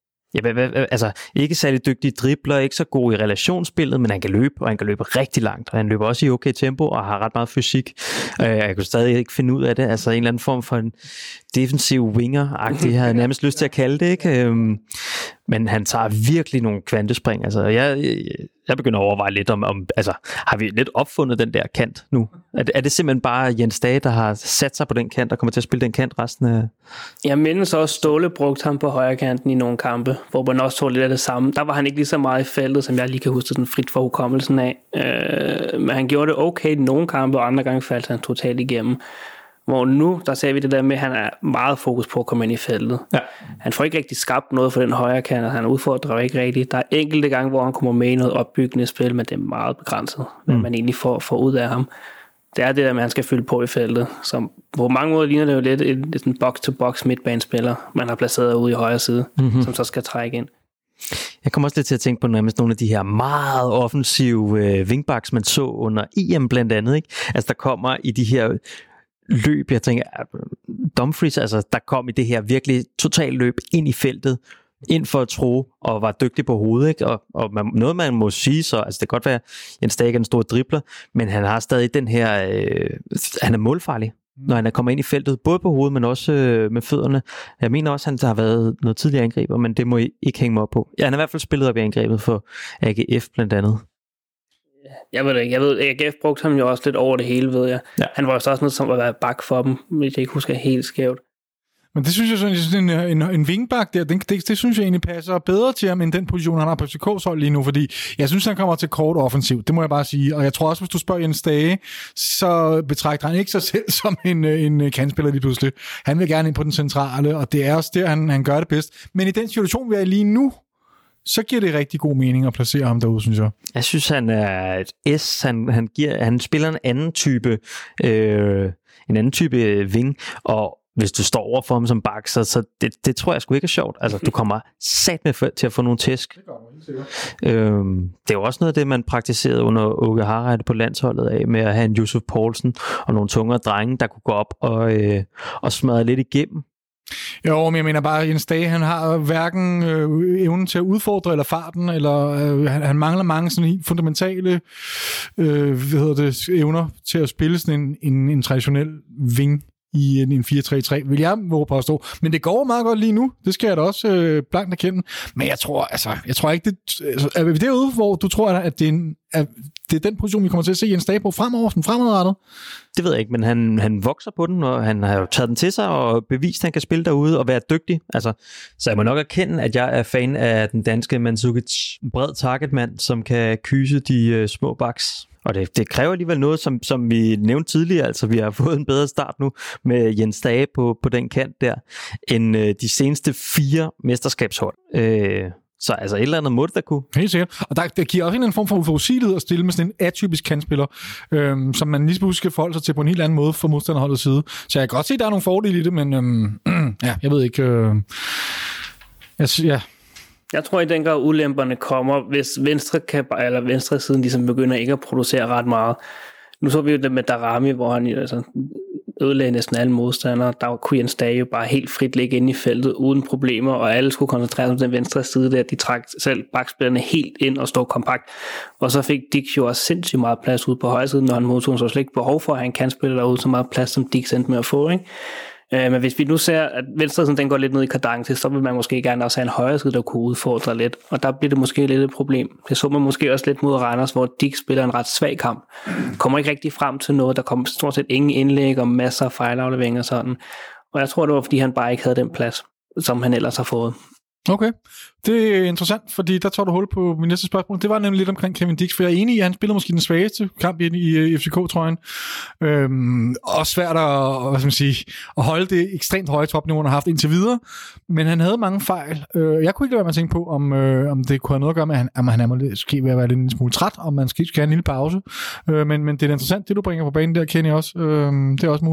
altså ikke særlig dygtig dribler, ikke så god i relationsspillet, men han kan løbe, og han kan løbe rigtig langt, og han løber også i okay tempo, og har ret meget fysik. Jeg kunne stadig ikke finde ud af det, altså en eller anden form for en defensiv winger-agtig, har jeg nærmest lyst til at kalde det, ikke? Men han tager virkelig nogle kvantespring, altså jeg begynder at overveje lidt om altså har vi lidt opfundet den der kant nu? Er det simpelthen bare Jens Dage, der har sat sig på den kant, og kommer til at spille den kant resten af... Jeg mindes også, Ståle brugte ham på højre kanten i nogle kampe, hvor man også tog lidt af det samme. Der var han ikke lige så meget i feltet, som jeg lige kan huske sådan frit for hukommelsen af. Men han gjorde det okay i nogle kampe, og andre gange faldt han totalt igennem. Hvor nu, der ser vi det der med, at han er meget fokus på at komme ind i feltet. Ja. Han får ikke rigtig skabt noget for den højre kant, og han udfordrer ikke rigtigt. Der er enkelte gange, hvor han kommer med i noget opbyggende spil, men det er meget begrænset, hvad man egentlig får ud af ham. Det er det der med, at han skal fylde på i feltet. Som på mange måder ligner det jo lidt en box-to-box midtbanespiller, man har placeret ude i højre side, som så skal trække ind. Jeg kommer også lidt til at tænke på nærmest nogle af de her meget offensive wingbacks, man så under EM blandt andet, ikke? Altså der kommer i de her løb, jeg tænker, Dumfries, altså der kom i det her virkelig total løb ind i feltet, ind for at tro, og var dygtig på hovedet, ikke? Og noget man må sige så, altså det kan godt være, Jens Dage er en stor dribler, men han har stadig den her, han er målfarlig, når han er kommet ind i feltet, både på hovedet, men også med fødderne. Jeg mener også, at han har været noget tidligere angriber, men det må I ikke hænge mig op på. Ja, han har i hvert fald spillet op i angrebet for AGF blandt andet. Jeg ved, AGF brugte ham jo også lidt over det hele, ved jeg. Ja. Han var jo så også noget som at være bak for dem, hvis jeg ikke husker helt skævt. Men det synes jeg sådan, en wingback der, det synes jeg egentlig passer bedre til ham, end den position, han har på FCK's hold lige nu, fordi jeg synes, han kommer til kort offensivt, det må jeg bare sige. Og jeg tror også, hvis du spørger Jens Dage, så betragter han ikke sig selv som en kantspiller lige pludselig. Han vil gerne ind på den centrale, og det er også der, han gør det bedst. Men i den situation, vi er lige nu, så giver det rigtig god mening at placere ham derude, synes jeg. Jeg synes, han er et S. Han spiller en anden type wing, og hvis du står over for ham som bak, så det tror jeg sgu ikke er sjovt. Altså, du kommer sat med til at få nogle tæsk. Det er jo også noget af det, man praktiserede under Åke Hareide på landsholdet af, med at have en Josef Poulsen og nogle tungere drenge, der kunne gå op og smadre lidt igennem. Jo, men jeg mener bare, at Jens Dage, han har hverken evnen til at udfordre eller eller han mangler mange sådan helt fundamentale evner til at spille sådan en traditionel wing i en 4-3-3, vil jeg våge påstå. Men det går meget godt lige nu. Det skal jeg da også blankt erkende. Men jeg tror ikke, er vi derude, hvor du tror, at det er den position, vi kommer til at se Jens Dage på fremadrettet? Det ved jeg ikke, men han vokser på den, og han har jo taget den til sig og bevist, at han kan spille derude og være dygtig. Altså, så jeg må nok erkende, at jeg er fan af den danske Mandzukic, bred targetmand, som kan kyse de små backs. Og det kræver alligevel noget, som vi nævnte tidligere, altså vi har fået en bedre start nu med Jens Dage på den kant der, end de seneste 4 mesterskabshold. Så altså et eller andet må det da kunne. Helt sikkert. Og der giver også en form for uforudsigelighed at stille med sådan en atypisk kantspiller, som man lige skal forholde sig til på en helt anden måde fra modstanderholdets side. Så jeg kan godt se, at der er nogle fordele i det, men jeg ved ikke... Jeg tror i den grad ulemperne kommer, hvis venstre siden ligesom begynder ikke at producere ret meget. Nu så vi jo det med Darami, hvor han ødelagde næsten alle modstandere. Der kunne Jens Dage jo bare helt frit ligge inde i feltet uden problemer, og alle skulle koncentrere sig om den venstre side der. De trak selv bakspillerne helt ind og stod kompakt. Og så fik Dix jo også sindssygt meget plads ude på højre siden, når han modtog, så slet ikke behov for, at han kan spille derude så meget plads, som Dix endte med at få, ikke? Men hvis vi nu ser, at venstre siden den går lidt ned i kadence, så vil man måske gerne også have en højre side, der kunne udfordre lidt. Og der bliver det måske lidt et problem. Det så man måske også lidt mod Randers, hvor Dix spiller en ret svag kamp. Kommer ikke rigtig frem til noget. Der kommer stort set ingen indlæg og masser af fejlafleveringer og sådan. Og jeg tror, det var, fordi han bare ikke havde den plads, som han ellers har fået. Okay, det er interessant, fordi der tager du hul på min næste spørgsmål. Det var nemlig lidt omkring Kevin Dix, for jeg er enig i, at han spiller måske den svageste kamp i FCK-trøjen. Og svært at holde det ekstremt høje topniveau, han har haft indtil videre, men han havde mange fejl. Jeg kunne ikke lade være med at tænke på, om det kunne have noget at gøre med, at han er måske ved at være lidt en smule træt, om man skal have en lille pause. Men det er interessant, det du bringer på banen der, Kenny, også. Det er også mulighed.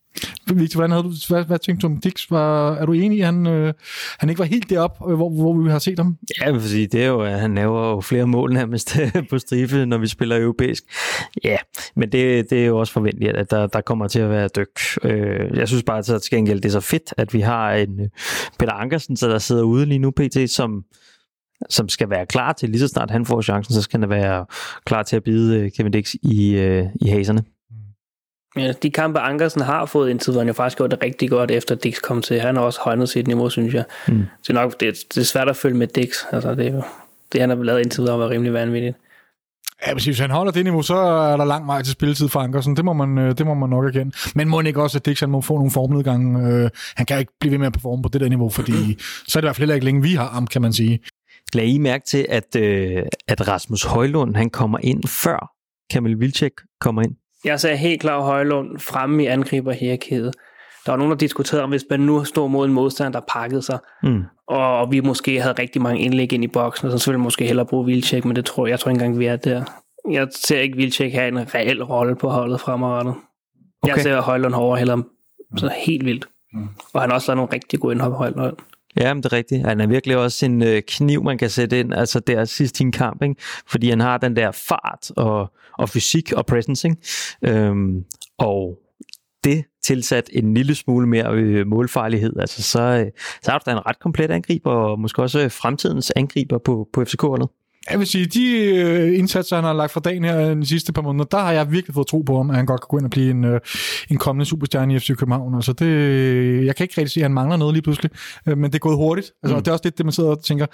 Victor, hvad tænkte du om Dix? Er du enig i, at han ikke var helt deroppe, hvor vi har set ham? Ja, jeg vil sige, det er jo, at han laver jo flere mål nærmest på stribe, når vi spiller europæisk. Ja, men det er jo også forventeligt, at der kommer til at være dyk. Jeg synes bare, at til gengæld det er så fedt, at vi har en Peter Ankersen, der sidder ude lige nu, PT, som skal være klar til, lige så snart han får chancen, så skal han være klar til at bide Kevin Dix i haserne. Ja, de kampe, Ankersen har fået indtil, hvor han jo faktisk gjort det rigtig godt, efter Dix kom til. Han har også højnet sit niveau, synes jeg. Så det er svært at følge med Dix. Altså, det han har lavet indtil, har været rimelig vanvittigt. Ja, hvis han holder det niveau, så er der lang vej til spilletid for Ankersen. Det må man nok erkende. Men må ikke også, at Dix han må få nogle formnedgange. Han kan ikke blive ved med at performe på det der niveau, fordi så er det i hvert fald heller ikke længe, vi har ham, kan man sige. Lad I mærke til, at Rasmus Højlund, han kommer ind før Kamil Wilczek kommer ind? Jeg ser helt klart Højlund fremme i angriberhierarkiet. Der var nogen, der diskuterede om, hvis man nu stod mod en modstander, der pakkede sig, og vi måske havde rigtig mange indlæg ind i boksen, så ville vi måske hellere bruge Wilczek, men jeg tror ikke engang, vi er der. Jeg ser ikke Wilczek have en reel rolle på holdet fremadrettet. Okay. Jeg ser Højlund overhælder så helt vildt. Og han har også lavet nogle rigtig gode indhop Højlund. Ja, men det er rigtigt. Han er virkelig også en kniv, man kan sætte ind, altså der sidst i en kamp, ikke? Fordi han har den der fart og fysik og presence, ikke? Og det tilsat en lille smule mere målfarlighed, altså så er der en ret komplet angriber, og måske også fremtidens angriber på FCK-holdet. Jeg vil sige, de indsatser, han har lagt for dagen her de sidste par måneder, der har jeg virkelig fået tro på ham, at han godt kan gå ind og blive en kommende superstjerne i FC København. Altså jeg kan ikke rigtig sige, at han mangler noget lige pludselig, men det er gået hurtigt. Altså, og det er også det, man sidder og tænker,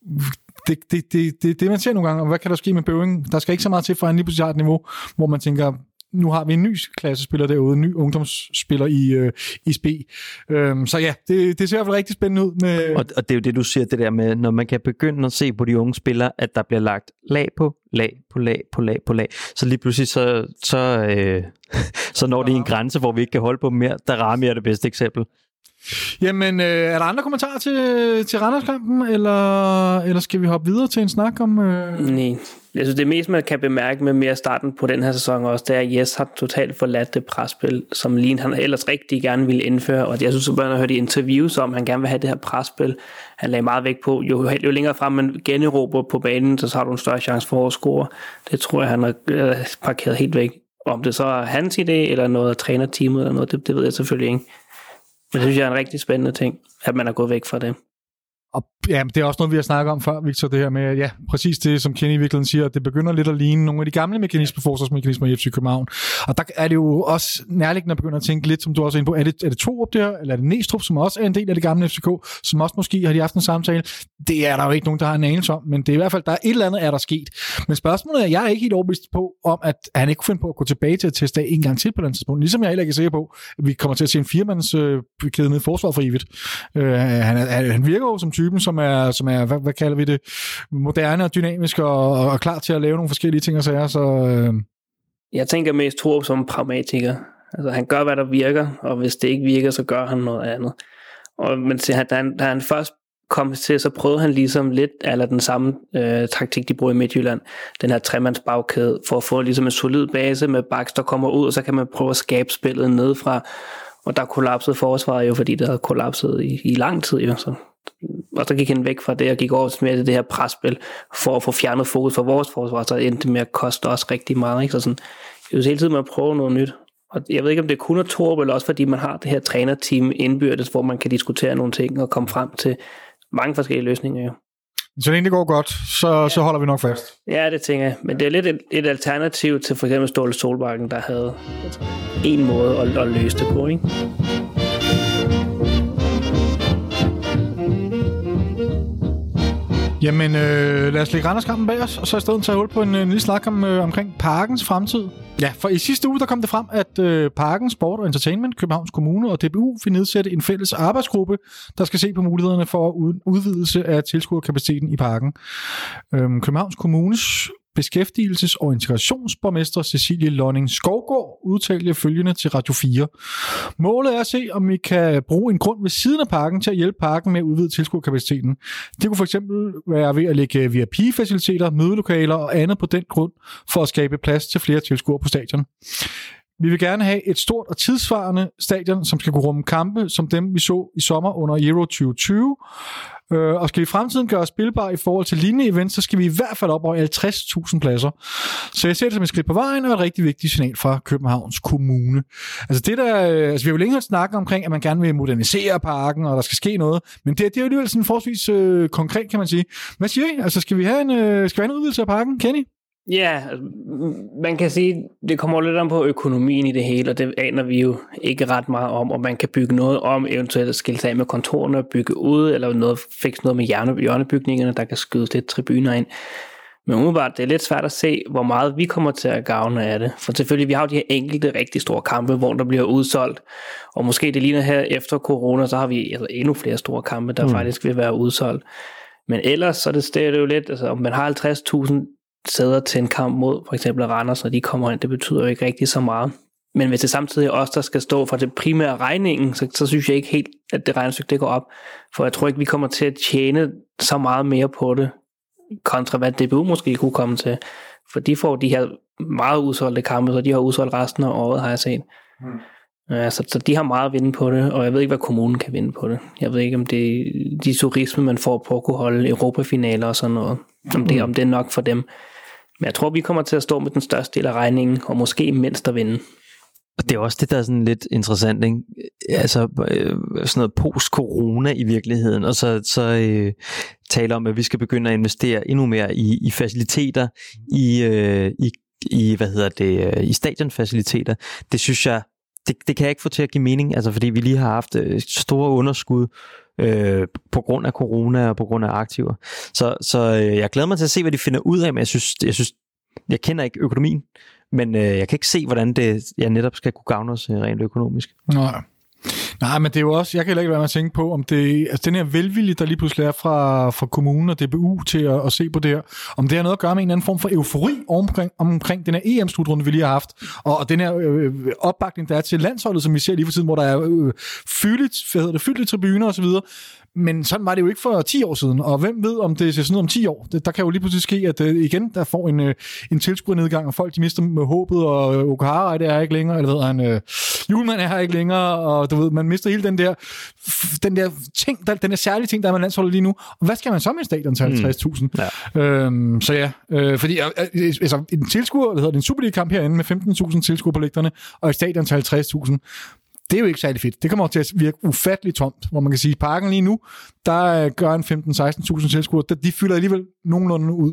det man ser nogle gange, og hvad kan der ske med Bøving? Der skal ikke så meget til, for han lige pludselig har et niveau, hvor man tænker, nu har vi en ny klassespiller derude, en ny ungdomsspiller i SP. Så ja, det ser i hvert fald rigtig spændende ud. Med... Og det er jo det, du siger, det der med, når man kan begynde at se på de unge spillere, at der bliver lagt lag på lag, så lige pludselig så når det en grænse, hvor vi ikke kan holde på dem mere. Der Rami er det bedste eksempel. Jamen, er der andre kommentarer til Randerskampen, eller skal vi hoppe videre til en snak om... Nej, jeg synes det mest man kan bemærke med mere starten på den her sæson også, det er, at Jes har totalt forladt det presspil, som Lien han ellers rigtig gerne ville indføre, og jeg synes, at man har hørt i interviews om, at han gerne vil have det her presspil. Han lagde meget vægt på, jo længere frem man generober på banen, så har du en større chance for at score. Det tror jeg, han har parkeret helt væk. Om det så er hans idé, eller noget af trænerteamet, eller noget, det ved jeg selvfølgelig ikke. Men det synes jeg er en rigtig spændende ting, at man er gået væk fra det. Og ja, det er også noget, vi har snakket om før, Victor, det her med, ja, præcis det, som Kenny i virkeligheden siger, at det begynder lidt at ligne nogle af de gamle mekanismer, forsvarsmekanismer i FC København. Og der er det jo også nærliggende at begynde at tænke lidt, som du også er inde på, er det Torup der, eller er det Næstrup, som også er en del af det gamle FCK, som også måske har de haft en samtale? Det er der jo ikke nogen, der har en anelse om, men det er i hvert fald, der er et eller andet, er der sket. Men spørgsmålet er, jeg er ikke helt overbevist på, om at han ikke kunne finde på at gå tilbage til at teste af en gang til på den tidspunkt. Ligesom jeg heller ikke er sikker på, at vi kommer til at se en firmandskæde ned i forsvaret for evigt. Han virker jo som typen, som er hvad kalder vi det, moderne og dynamisk og klar til at lave nogle forskellige ting og sager, så... Jeg tænker mest Torup som pragmatiker. Altså, han gør, hvad der virker, og hvis det ikke virker, så gør han noget andet. Men da han først kom til, så prøvede han ligesom lidt, eller den samme taktik, de bruger i Midtjylland, den her tremands bagkæde, for at få ligesom en solid base med backs, der kommer ud, og så kan man prøve at skabe spillet nedefra. Og der kollapsede forsvaret jo, fordi det havde kollapset i lang tid jo, så... Og så gik han væk fra det og gik over med det her presspil for at få fjernet fokus fra vores forsvar, så endte med at koste os rigtig meget. Ikke? Så sådan, det er jo hele tiden med at prøve noget nyt. Og jeg ved ikke, om det kun er Torup, eller også fordi man har det her trænerteam indbyrdes, hvor man kan diskutere nogle ting og komme frem til mange forskellige løsninger. Jo. Så længe det går godt, så holder vi nok fast. Ja, det tænker jeg. Men det er lidt et alternativ til for eksempel Ståle Solbakken, der havde en måde at løse det på, ikke? Jamen, lad os lægge Randerskampen bag os, og så i stedet tage hul på en lille snak omkring Parkens fremtid. Ja, for i sidste uge, der kom det frem, at Parken Sport og Entertainment, Københavns Kommune og DBU vil nedsætte en fælles arbejdsgruppe, der skal se på mulighederne for udvidelse af tilskuerkapaciteten i parken. Københavns Kommunes beskæftigelses- og integrationsborgmester Cecilie Lonning Skovgaard udtalte følgende til Radio 4. Målet er at se, om vi kan bruge en grund ved siden af parken til at hjælpe parken med at udvide tilskuerkapaciteten. Det kunne fx være ved at lægge VIP-faciliteter, mødelokaler og andet på den grund for at skabe plads til flere tilskuere på stadion. Vi vil gerne have et stort og tidsvarende stadion, som skal kunne rumme kampe, som dem vi så i sommer under Euro 2020. Og skal vi i fremtiden gøre os spilbare i forhold til lignende events, så skal vi i hvert fald op over 50.000 pladser. Så jeg ser det som et skridt på vejen, og et rigtig vigtigt signal fra Københavns Kommune. Altså det der, vi har jo længe snakket omkring, at man gerne vil modernisere parken, og der skal ske noget, men det er jo alligevel sådan forholdsvis konkret, kan man sige. Hvad siger I? Altså skal vi have en udvidelse af parken, Kenny? Ja, man kan sige, det kommer lidt an på økonomien i det hele, og det aner vi jo ikke ret meget om man kan bygge noget om, eventuelt skille sig af med kontorerne, bygge ud, eller fikse noget med hjørnebygningerne, der kan skyde lidt tribuner ind. Men umiddelbart, det er lidt svært at se, hvor meget vi kommer til at gavne af det. For selvfølgelig, vi har jo de her enkelte rigtig store kampe, hvor der bliver udsolgt, og måske det ligner her efter corona, så har vi endnu flere store kampe, der faktisk vil være udsolgt. Men ellers, så det jo lidt, altså om man har 50.000 sæder til en kamp mod for eksempel Randers, når de kommer ind, det betyder jo ikke rigtig så meget. Men hvis det samtidig er os, der skal stå for det primære regningen, så synes jeg ikke helt, at det regnestykke det går op. For jeg tror ikke, vi kommer til at tjene så meget mere på det, kontra hvad DBU måske kunne komme til. For de får de her meget udsolgte kampe, så de har udsolgt resten af året, har jeg set. Så de har meget at vinde på det, og jeg ved ikke, hvad kommunen kan vinde på det. Jeg ved ikke, om det er de turisme, man får på at kunne holde europafinaler og sådan noget. Om det er nok for dem. Men jeg tror, vi kommer til at stå med den største del af regningen, og måske mindst at vinde. Og det er også det, der er sådan lidt interessant, ikke? Altså sådan noget post-corona i virkeligheden, og så tale om, at vi skal begynde at investere endnu mere i faciliteter, i stadionfaciliteter. Det synes jeg, det kan jeg ikke få til at give mening, altså fordi vi lige har haft store underskud på grund af corona og på grund af aktiver. Så jeg glæder mig til at se, hvad de finder ud af, men jeg kender ikke økonomien, men jeg kan ikke se, hvordan jeg netop skal kunne gavne os rent økonomisk. Nej, men det er jo også, jeg kan heller ikke være med at tænke på, om det, altså den her velvilje, der lige pludselig er fra kommunen og DBU til at se på det her, om det har noget at gøre med en anden form for eufori omkring den her EM-slutrunde, vi lige har haft, og den her opbakning, der er til landsholdet, som vi ser lige for tiden, hvor der er fyldte tribuner osv., men sådan var det jo ikke for 10 år siden, og hvem ved, om det ser sådan ud om 10 år. Der kan jo lige pludselig ske, at igen, der får en tilskuernedgang, og folk de mister med håbet, og Okahara er her ikke længere, eller ved han, Julemand er her ikke længere, og du ved, man mister hele den der ting, den der særlige ting, der er med landsholdet lige nu. Og hvad skal man så med stadion til 50.000? Ja. Så ja, fordi altså, en tilskuer, en Superliga-kamp herinde med 15.000 tilskuere på lægterne, og et stadion til 50.000, det er jo ikke særlig fedt. Det kommer til at virke ufatteligt tomt, hvor man kan sige, at parken lige nu, der gør en 15-16.000 tilskuere, de fylder alligevel nogenlunde ud.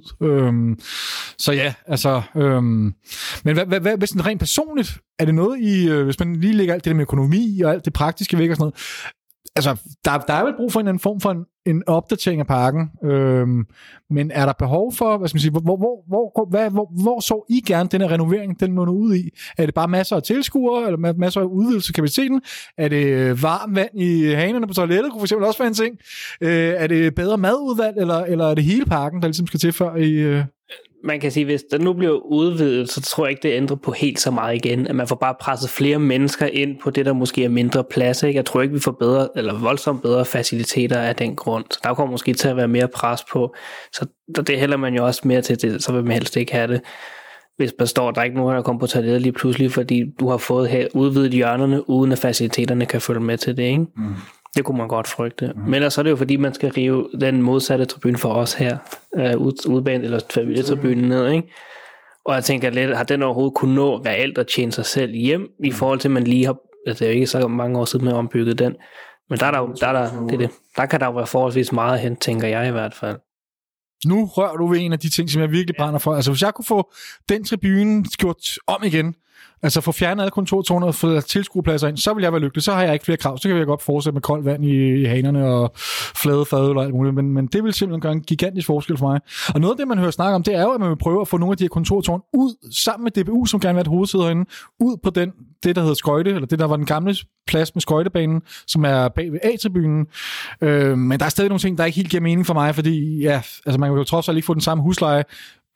Så ja, altså... men hvad hvis det rent personligt, er det noget hvis man lige lægger alt det der med økonomi og alt det praktiske væk og sådan noget, altså, der er vel brug for en anden form for en opdatering af parken, men er der behov for, hvad skal man sige, hvor så I gerne den her renovering, den munder ud i? Er det bare masser af tilskuere, eller masser af udvidelse af kapaciteten? Er det varmt vand i hanerne på toilettet, kunne for eksempel også være en ting? Er det bedre madudvalg, eller er det hele parken, der ligesom skal til før i... Man kan sige, hvis der nu bliver udvidet, så tror jeg ikke, det ændrer på helt så meget igen, at man får bare presset flere mennesker ind på det, der måske er mindre plads. Ikke? Jeg tror ikke, vi får bedre, eller voldsomt bedre faciliteter af den grund. Så der kommer måske til at være mere pres på. Så det hælder man jo også mere til det, så vil man helst ikke have det. Hvis man står, der er ikke nogen, der kommer på toilettet lige pludselig, fordi du har fået her udvidet hjørnerne, uden at faciliteterne kan følge med til det, ikke? Det kunne man godt frygte. Men ellers så er det jo, fordi man skal rive den modsatte tribune for os her, udbanen eller familietribunen ned, ikke? Og jeg tænker lidt, har den overhovedet kunne nå reelt at tjene sig selv hjem, i forhold til, at man lige har, altså det er jo ikke så mange år siden, man har ombygget den, men der kan der jo være forholdsvis meget hen, tænker jeg i hvert fald. Nu rører du ved en af de ting, som jeg virkelig brænder for. Altså hvis jeg kunne få den tribune gjort om igen, altså få fjernet alle kontortårne og få tilskuerpladser ind, så vil jeg være lykkelig. Så har jeg ikke flere krav. Så kan jeg godt fortsætte med koldt vand i hanerne og flade fadøl og alt muligt. Men det vil simpelthen gøre en gigantisk forskel for mig. Og noget af det, man hører snakke om, det er jo, at man vil prøve at få nogle af de her kontortårne ud, sammen med DBU, som gerne vil have et hovedsæde herinde, ud på det, der hedder skøjte, eller det, der var den gamle plads med skøjtebanen, som er bag ved A-tribunen. Men der er stadig nogle ting, der ikke helt giver mening for mig, fordi ja, altså man kan jo trods alt ikke få den samme husleje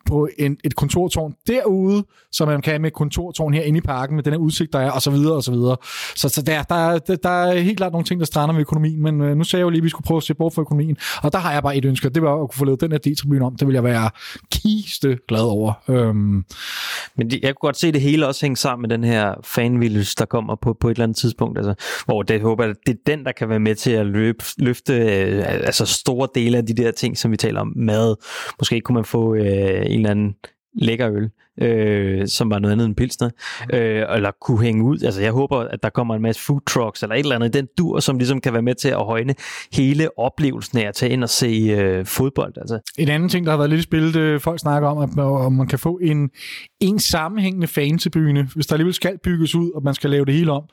på et kontortårn derude, som man kan med et kontortårn herinde i parken, med den her udsigt, der er, og så videre, og så videre. Så der er helt klart nogle ting, der strander med økonomien, men nu sagde jeg jo lige, at vi skulle prøve at se bort fra økonomien, og der har jeg bare et ønske, det var at kunne få lavet den her D-tribune om. Det vil jeg være kiste glad over. Men jeg kunne godt se det hele også hænge sammen med den her fanvillage, der kommer på et eller andet tidspunkt, altså, hvor det håber jeg, det er den, der kan være med til at løfte altså store dele af de der ting, som vi taler om. Mad. Måske kunne man få en eller anden lækker øl, som var noget andet end pilsner, eller kunne hænge ud. Altså jeg håber, at der kommer en masse food trucks, eller et eller andet i den dur, som ligesom kan være med til at højne hele oplevelsen af at tage ind og se fodbold. Altså. En anden ting, der har været lidt i spil, folk snakker om, at man kan få en sammenhængende fantribune, hvis der alligevel skal bygges ud, og man skal lave det hele om.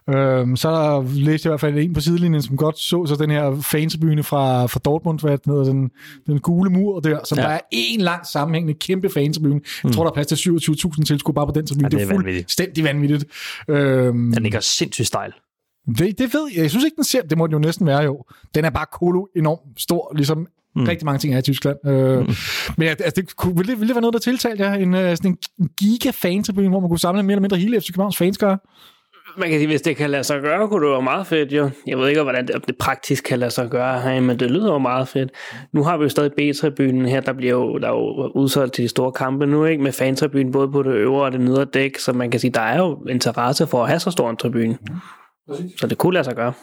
Så læste jeg i hvert fald en på sidelinjen, som godt så den her fantribune fra Dortmund, hvad hedder den gule mur der, som der er en lang sammenhængende kæmpe fantribune. Jeg tror, der er plads til 27.000 tilskuere bare på den tribune. Det er fuldstændig vanvittigt. Den ligger sindssygt stejl. Det ved jeg. Jeg synes ikke, den ser. Det må den jo næsten være, jo. Den er bare enormt stor, ligesom rigtig mange ting er i Tyskland. Men altså, ville det være noget, der tiltalte jer? En giga-fantribune, hvor man kunne samle mere eller mindre hele FC Københavns fanskare? Man kan sige, hvis det kan lade sig gøre, kunne det være meget fedt, jo. Jeg ved ikke, hvordan det praktisk kan lade sig gøre her, men det lyder jo meget fedt. Nu har vi jo stadig B-tribunen her, der er jo udsolgt til de store kampe nu, ikke? Med fantribunen både på det øvre og det nedre dæk, så man kan sige, der er jo interesse for at have så stor en tribune. Så det kunne lade sig gøre.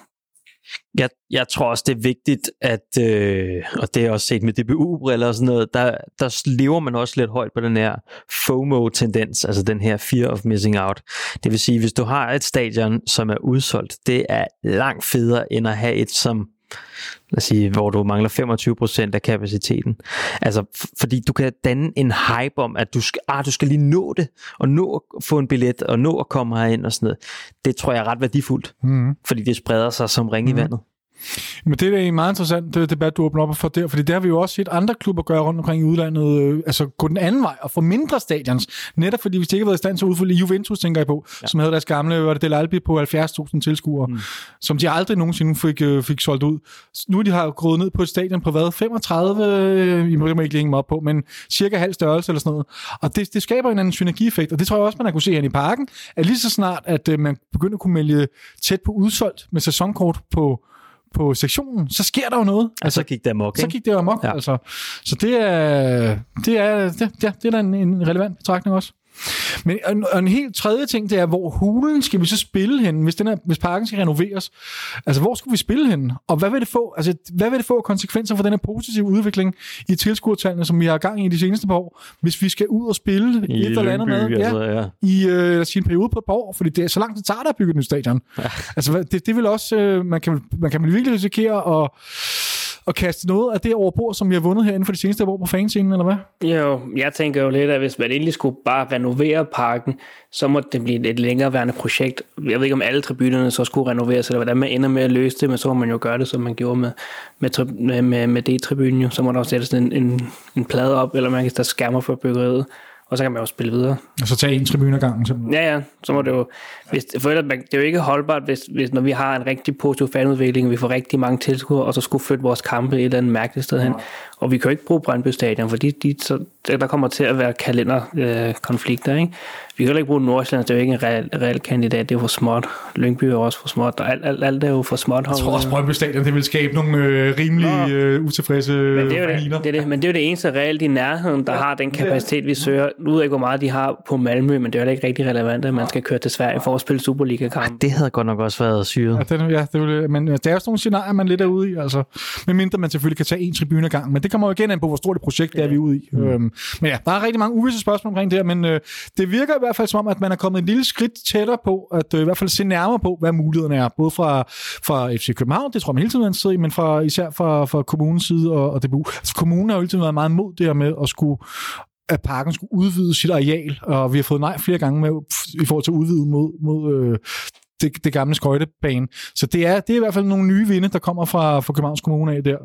Jeg tror også, det er vigtigt, at, og det er også set med DBU-briller og sådan noget, der lever man også lidt højt på den her FOMO-tendens, altså den her fear of missing out. Det vil sige, hvis du har et stadion, som er udsolgt, det er langt federe end at have et, som lad os sige, hvor du mangler 25% af kapaciteten. Altså, fordi du kan danne en hype om, at du skal lige nå det, og nå at få en billet, og nå at komme herind og sådan noget. Det tror jeg er ret værdifuldt, fordi det spreder sig som ring i vandet. Men det er en meget interessant debat, du åbner op for der, fordi der har vi jo også set andre klubber gøre rundt omkring i udlandet, altså gå den anden vej og få mindre stadions, netop fordi hvis de ikke har været i stand til at udfylde Juventus, tænker jeg på, som havde deres gamle, var det Del Alpi på 70.000 tilskuere, som de aldrig nogensinde fik solgt ud. Nu de har gået ned på et stadion på hvad? 35, I må ikke længe mig op på, men cirka halv størrelse eller sådan noget. Og det skaber en anden synergieffekt, og det tror jeg også, man har kunne se her i parken, at lige så snart, at man begynder at kunne melde tæt på udsolgt med sæsonkort på sektionen, så sker der jo noget. Altså, så gik det amok, Så gik det amok, ja. Altså. Så det er da en relevant betragtning også. Men en helt tredje ting, det er, hvor hulen skal vi så spille hen, hvis parken skal renoveres? Altså, hvor skal vi spille hen? Og hvad vil det få? Altså, hvad vil det få konsekvenser for den her positive udvikling i tilskuertallene, som vi har gang i de seneste par år, hvis vi skal ud og spille i et eller andet med? Altså, i en periode på et par år, fordi det er så langt, det tager der at bygge et nyt stadion. Ja. Altså, det vil også, man kan virkelig risikere at kaste noget af det over bord, som vi har vundet her inden for de seneste år på fanscenen, eller hvad? Jo, jeg tænker jo lidt, at hvis man endelig skulle bare renovere parken, så må det blive et længereværende projekt. Jeg ved ikke, om alle tribunerne så skulle renoveres, eller hvordan man ender med at løse det, men så må man jo gøre det, som man gjorde med D-tribunen. Jo. Så må der også sættes en plade op, eller man kan sætte skærmer for byggeriet. Og så kan man jo spille videre. Og så tage en tribune ad gangen, simpelthen. Ja, så må det jo... det er jo ikke holdbart, hvis når vi har en rigtig positiv fanudvikling, og vi får rigtig mange tilskuere, og så skulle flytte vores kampe et eller andet mærkeligt sted hen. Og vi kan jo ikke bruge Brøndby Stadion, fordi der kommer til at være kalenderkonflikter, ikke? Vi kan heller ikke bruge Nordsjælland, det er jo ikke en reel kandidat, det er jo for småt. Lyngby er også for småt, og alt er jo for småt. Jeg tror også, Brøndby Stadion, det vil skabe nogle rimelig utilfredse miner. Men det er jo det eneste reelt i nærheden, der har den kapacitet, vi søger. Nu ved jeg ikke, hvor meget de har på Malmø, men det er jo ikke rigtig relevant, at man skal køre til Sverige for at spille Superliga-kamp. Det havde godt nok også været syret. Men der er også nogle scenarier, man lidt er ude i, altså. Medmindre man selvfølgelig kan tage en tribune ad gangen, men det kommer jo igen an på, hvor stort et projekt det er, vi er ude i. Men ja, der er rigtig mange uvisse spørgsmål omkring det her, men det virker i hvert fald som om, at man er kommet en lille skridt tættere på, at i hvert fald se nærmere på, hvad mulighederne er, både fra FC København, det tror jeg, man hele tiden er interesseret i, men især fra kommunens side og DBU. Altså, kommunen har jo hele tiden været meget imod det her med at parken skulle udvide sit areal, og vi har fået nej flere gange med, i forhold til at udvide mod det gamle skøjtebane. Så det er i hvert fald nogle nye vinde, der kommer fra Københavns Kommune af der,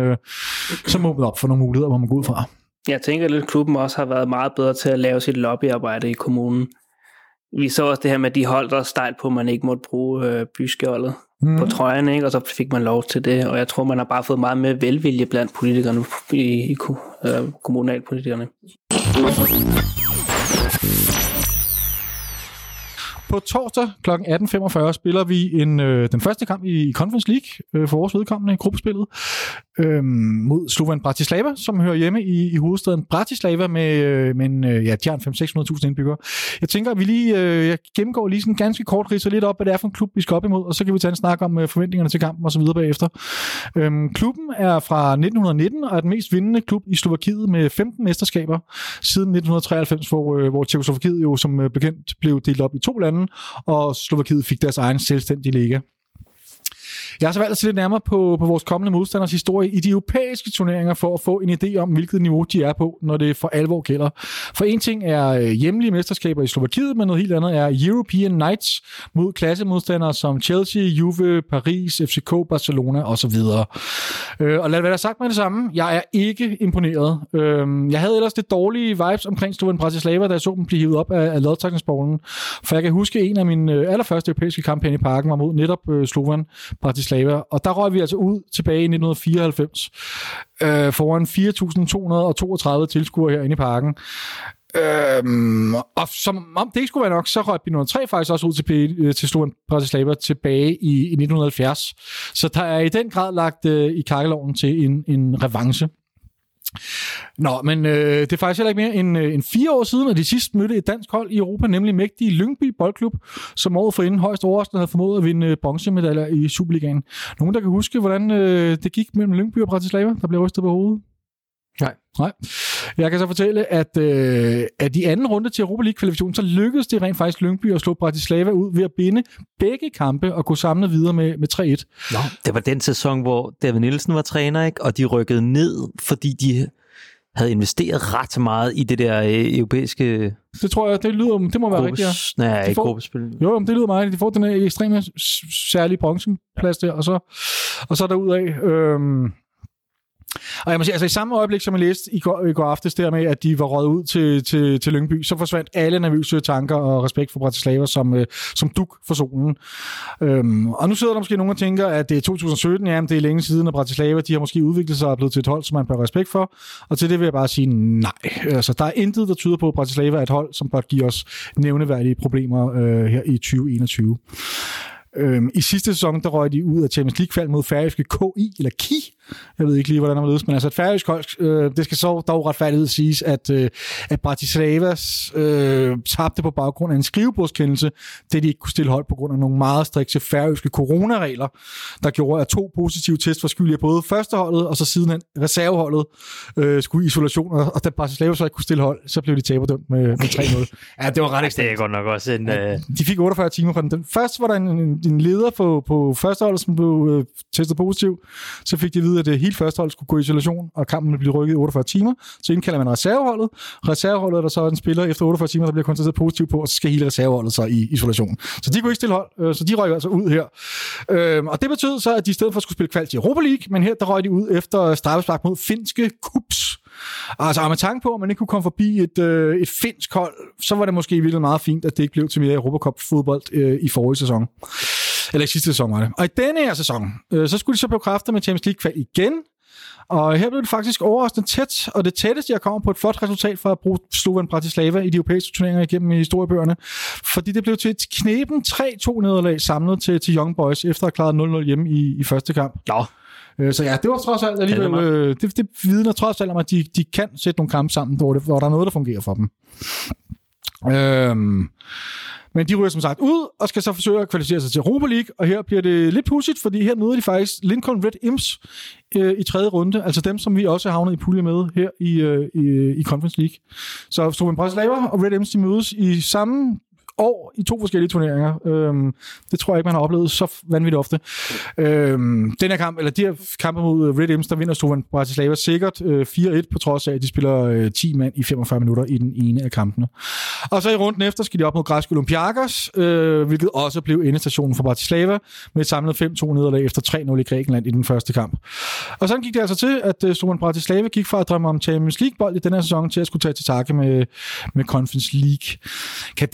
som åbner op for nogle muligheder, hvor man går ud fra. Jeg tænker lidt, at klubben også har været meget bedre til at lave sit lobbyarbejde i kommunen. Vi så også det her med, de holdt der stejlt på, at man ikke måtte bruge byskjoldet på trøjen, ikke? Og så fik man lov til det, og jeg tror, man har bare fået meget mere velvilje blandt politikerne i kommunalpolitikerne. På torsdag kl. 18.45 spiller vi den første kamp i Conference League for vores vedkommende i gruppespillet mod Slovan Bratislava, som hører hjemme i hovedstaden Bratislava med de har 500-600.000 indbyggere. Jeg tænker, at vi jeg gennemgår lige sådan ganske kort ridser lidt op, hvad det er for en klub, vi skal op imod, og så kan vi tage en snak om forventningerne til kampen og så videre bagefter. Klubben er fra 1919 og er den mest vindende klub i Slovakiet med 15 mesterskaber siden 1993, hvor Tjekkoslovakiet jo som bekendt blev delt op i 2 lande, og Slovakiet fik deres egen selvstændige liga. Jeg har så valgt at se lidt nærmere på vores kommende modstanders historie i de europæiske turneringer for at få en idé om, hvilket niveau de er på, når det for alvor gælder. For en ting er hjemlige mesterskaber i Slovakiet, men noget helt andet er European Nights mod klassemodstandere som Chelsea, Juve, Paris, FCK, Barcelona osv. Og lad det være sagt med det samme. Jeg er ikke imponeret. Jeg havde ellers lidt dårlige vibes omkring Slovan Bratislava, da jeg så dem blive hivet op af lodtrækningsbolden. For jeg kan huske, en af mine allerførste europæiske kampe i parken var mod netop Slovan Bratislava. Og der røg vi altså ud tilbage i 1994 foran 4.232 tilskuere herinde i parken. Og som om det ikke skulle være nok, så røg vi nummer 3 faktisk også ud til Slovan Bratislava tilbage i 1970. Så der er i den grad lagt i kakkelovnen til en revanche. Nå, men det er faktisk heller ikke mere end 4 år siden, at de sidst mødte et dansk hold i Europa, nemlig mægtige Lyngby Boldklub, som året forinden højst overraskende havde formået at vinde bronzemedaljer i Superligaen. Nogen, der kan huske, hvordan det gik mellem Lyngby og Bratislava, der blev rystet på hovedet? Nej. Jeg kan så fortælle, at i anden runde til Europa League-kvalifikationen, så lykkedes det rent faktisk Lyngby at slå Bratislava ud ved at binde begge kampe og gå samlet videre med 3-1. Nå, det var den sæson, hvor David Nielsen var træner, ikke? Og de rykkede ned, fordi de havde investeret ret meget i det der europæiske... Det tror jeg, det må være rigtigt, ja. Nej, ikke gruppespil. Jo, det lyder meget. De får den her ekstremt særlige bronzeplads der, og så derudaf... Og jeg må sige, altså i samme øjeblik, som jeg læste i går aftes der med, at de var røget ud til Lyngby, så forsvandt alle nervøse tanker og respekt for Bratislava som dug for solen. Og nu sidder der måske nogen og tænker, at det er 2017, jamen det er længe siden, og Bratislava, de har måske udviklet sig og er blevet til et hold, som man bør respekt for. Og til det vil jeg bare sige nej. Altså der er intet, der tyder på, at Bratislava er et hold, som bør give os nævneværdige problemer her i 2021. I sidste sæson, der røg de ud af Champions League-kval mod færøske KI. Jeg ved ikke lige, hvordan det var ledes, men altså et færøsk hold, det skal så dog retfærdigt siges, at Bratislavas tabte på baggrund af en skrivebordskendelse, det de ikke kunne stille hold på grund af nogle meget strikse færøske coronaregler, der gjorde, at 2 positive tests var skyldige af både førsteholdet og så sidenhen reserveholdet skulle i isolation, og da Bratislava så ikke kunne stille hold, så blev de taberdømt med 3-0. Ja, det var ret ekstremt. Det er godt nok også en... De fik 48 timer fra den. Først var der en leder på førsteholdet, som blev testet positiv. Så fik de at vide, at hele førsteholdet skulle gå i isolation, og kampen ville blive rykket i 48 timer. Så indkalder man reserveholdet. Reserveholdet er der så en spiller efter 48 timer, der bliver konstateret positiv på, og så skal hele reserveholdet så i isolation. Så de kunne ikke stille hold, så de røg altså ud her. Og det betød så, at de i stedet for skulle spille kvalt til Europa League, men her der røg de ud efter straffespark mod finske KuPS. Altså med tanke på, at man ikke kunne komme forbi et finsk hold, så var det måske virkelig meget fint, at det ikke blev til mere Europacup-fodbold i forrige sæson. Eller i sidste sæson var det. Og i denne her sæson, så skulle de så bekræfte med Champions League-kval igen. Og her blev det faktisk overraskende tæt, og det tætteste, jeg kommer på et flot resultat for at bruge Slovan Bratislava i de europæiske turneringer igennem i historiebøgerne. Fordi det blev til et knepen 3-2-nederlag samlet til Young Boys, efter at have klaret 0-0 hjemme i første kamp. Nå. Så ja, det var trods alt alligevel, det vidner trods alt om, at de kan sætte nogle kampe sammen, hvor der er noget, der fungerer for dem. Men de ryger som sagt ud, og skal så forsøge at kvalificere sig til Europa League, og her bliver det lidt pudsigt, fordi her møder de faktisk Lincoln Red Imps i 3. runde, altså dem, som vi også har havnet i pulje med her i Conference League. Så Slovan Bratislava og Red Imps, de mødes i samme år i 2 forskellige turneringer. Det tror jeg ikke, man har oplevet så vanvittigt ofte. Den her kamp, eller de her kampe mod Red Imps, der vinder Slovan Bratislava sikkert 4-1, på trods af, at de spiller 10 mand i 45 minutter i den ene af kampene. Og så i runden efter skal de op mod græske Olympiakos, hvilket også blev endestationen for Bratislava, med et samlet 5-2 nederlag efter 3-0 i Grækenland i den første kamp. Og sådan gik det altså til, at Slovan Bratislava gik fra at drømme om Champions League-bold i den her sæson til at skulle tage til takke med Conference League. Kan det have en anden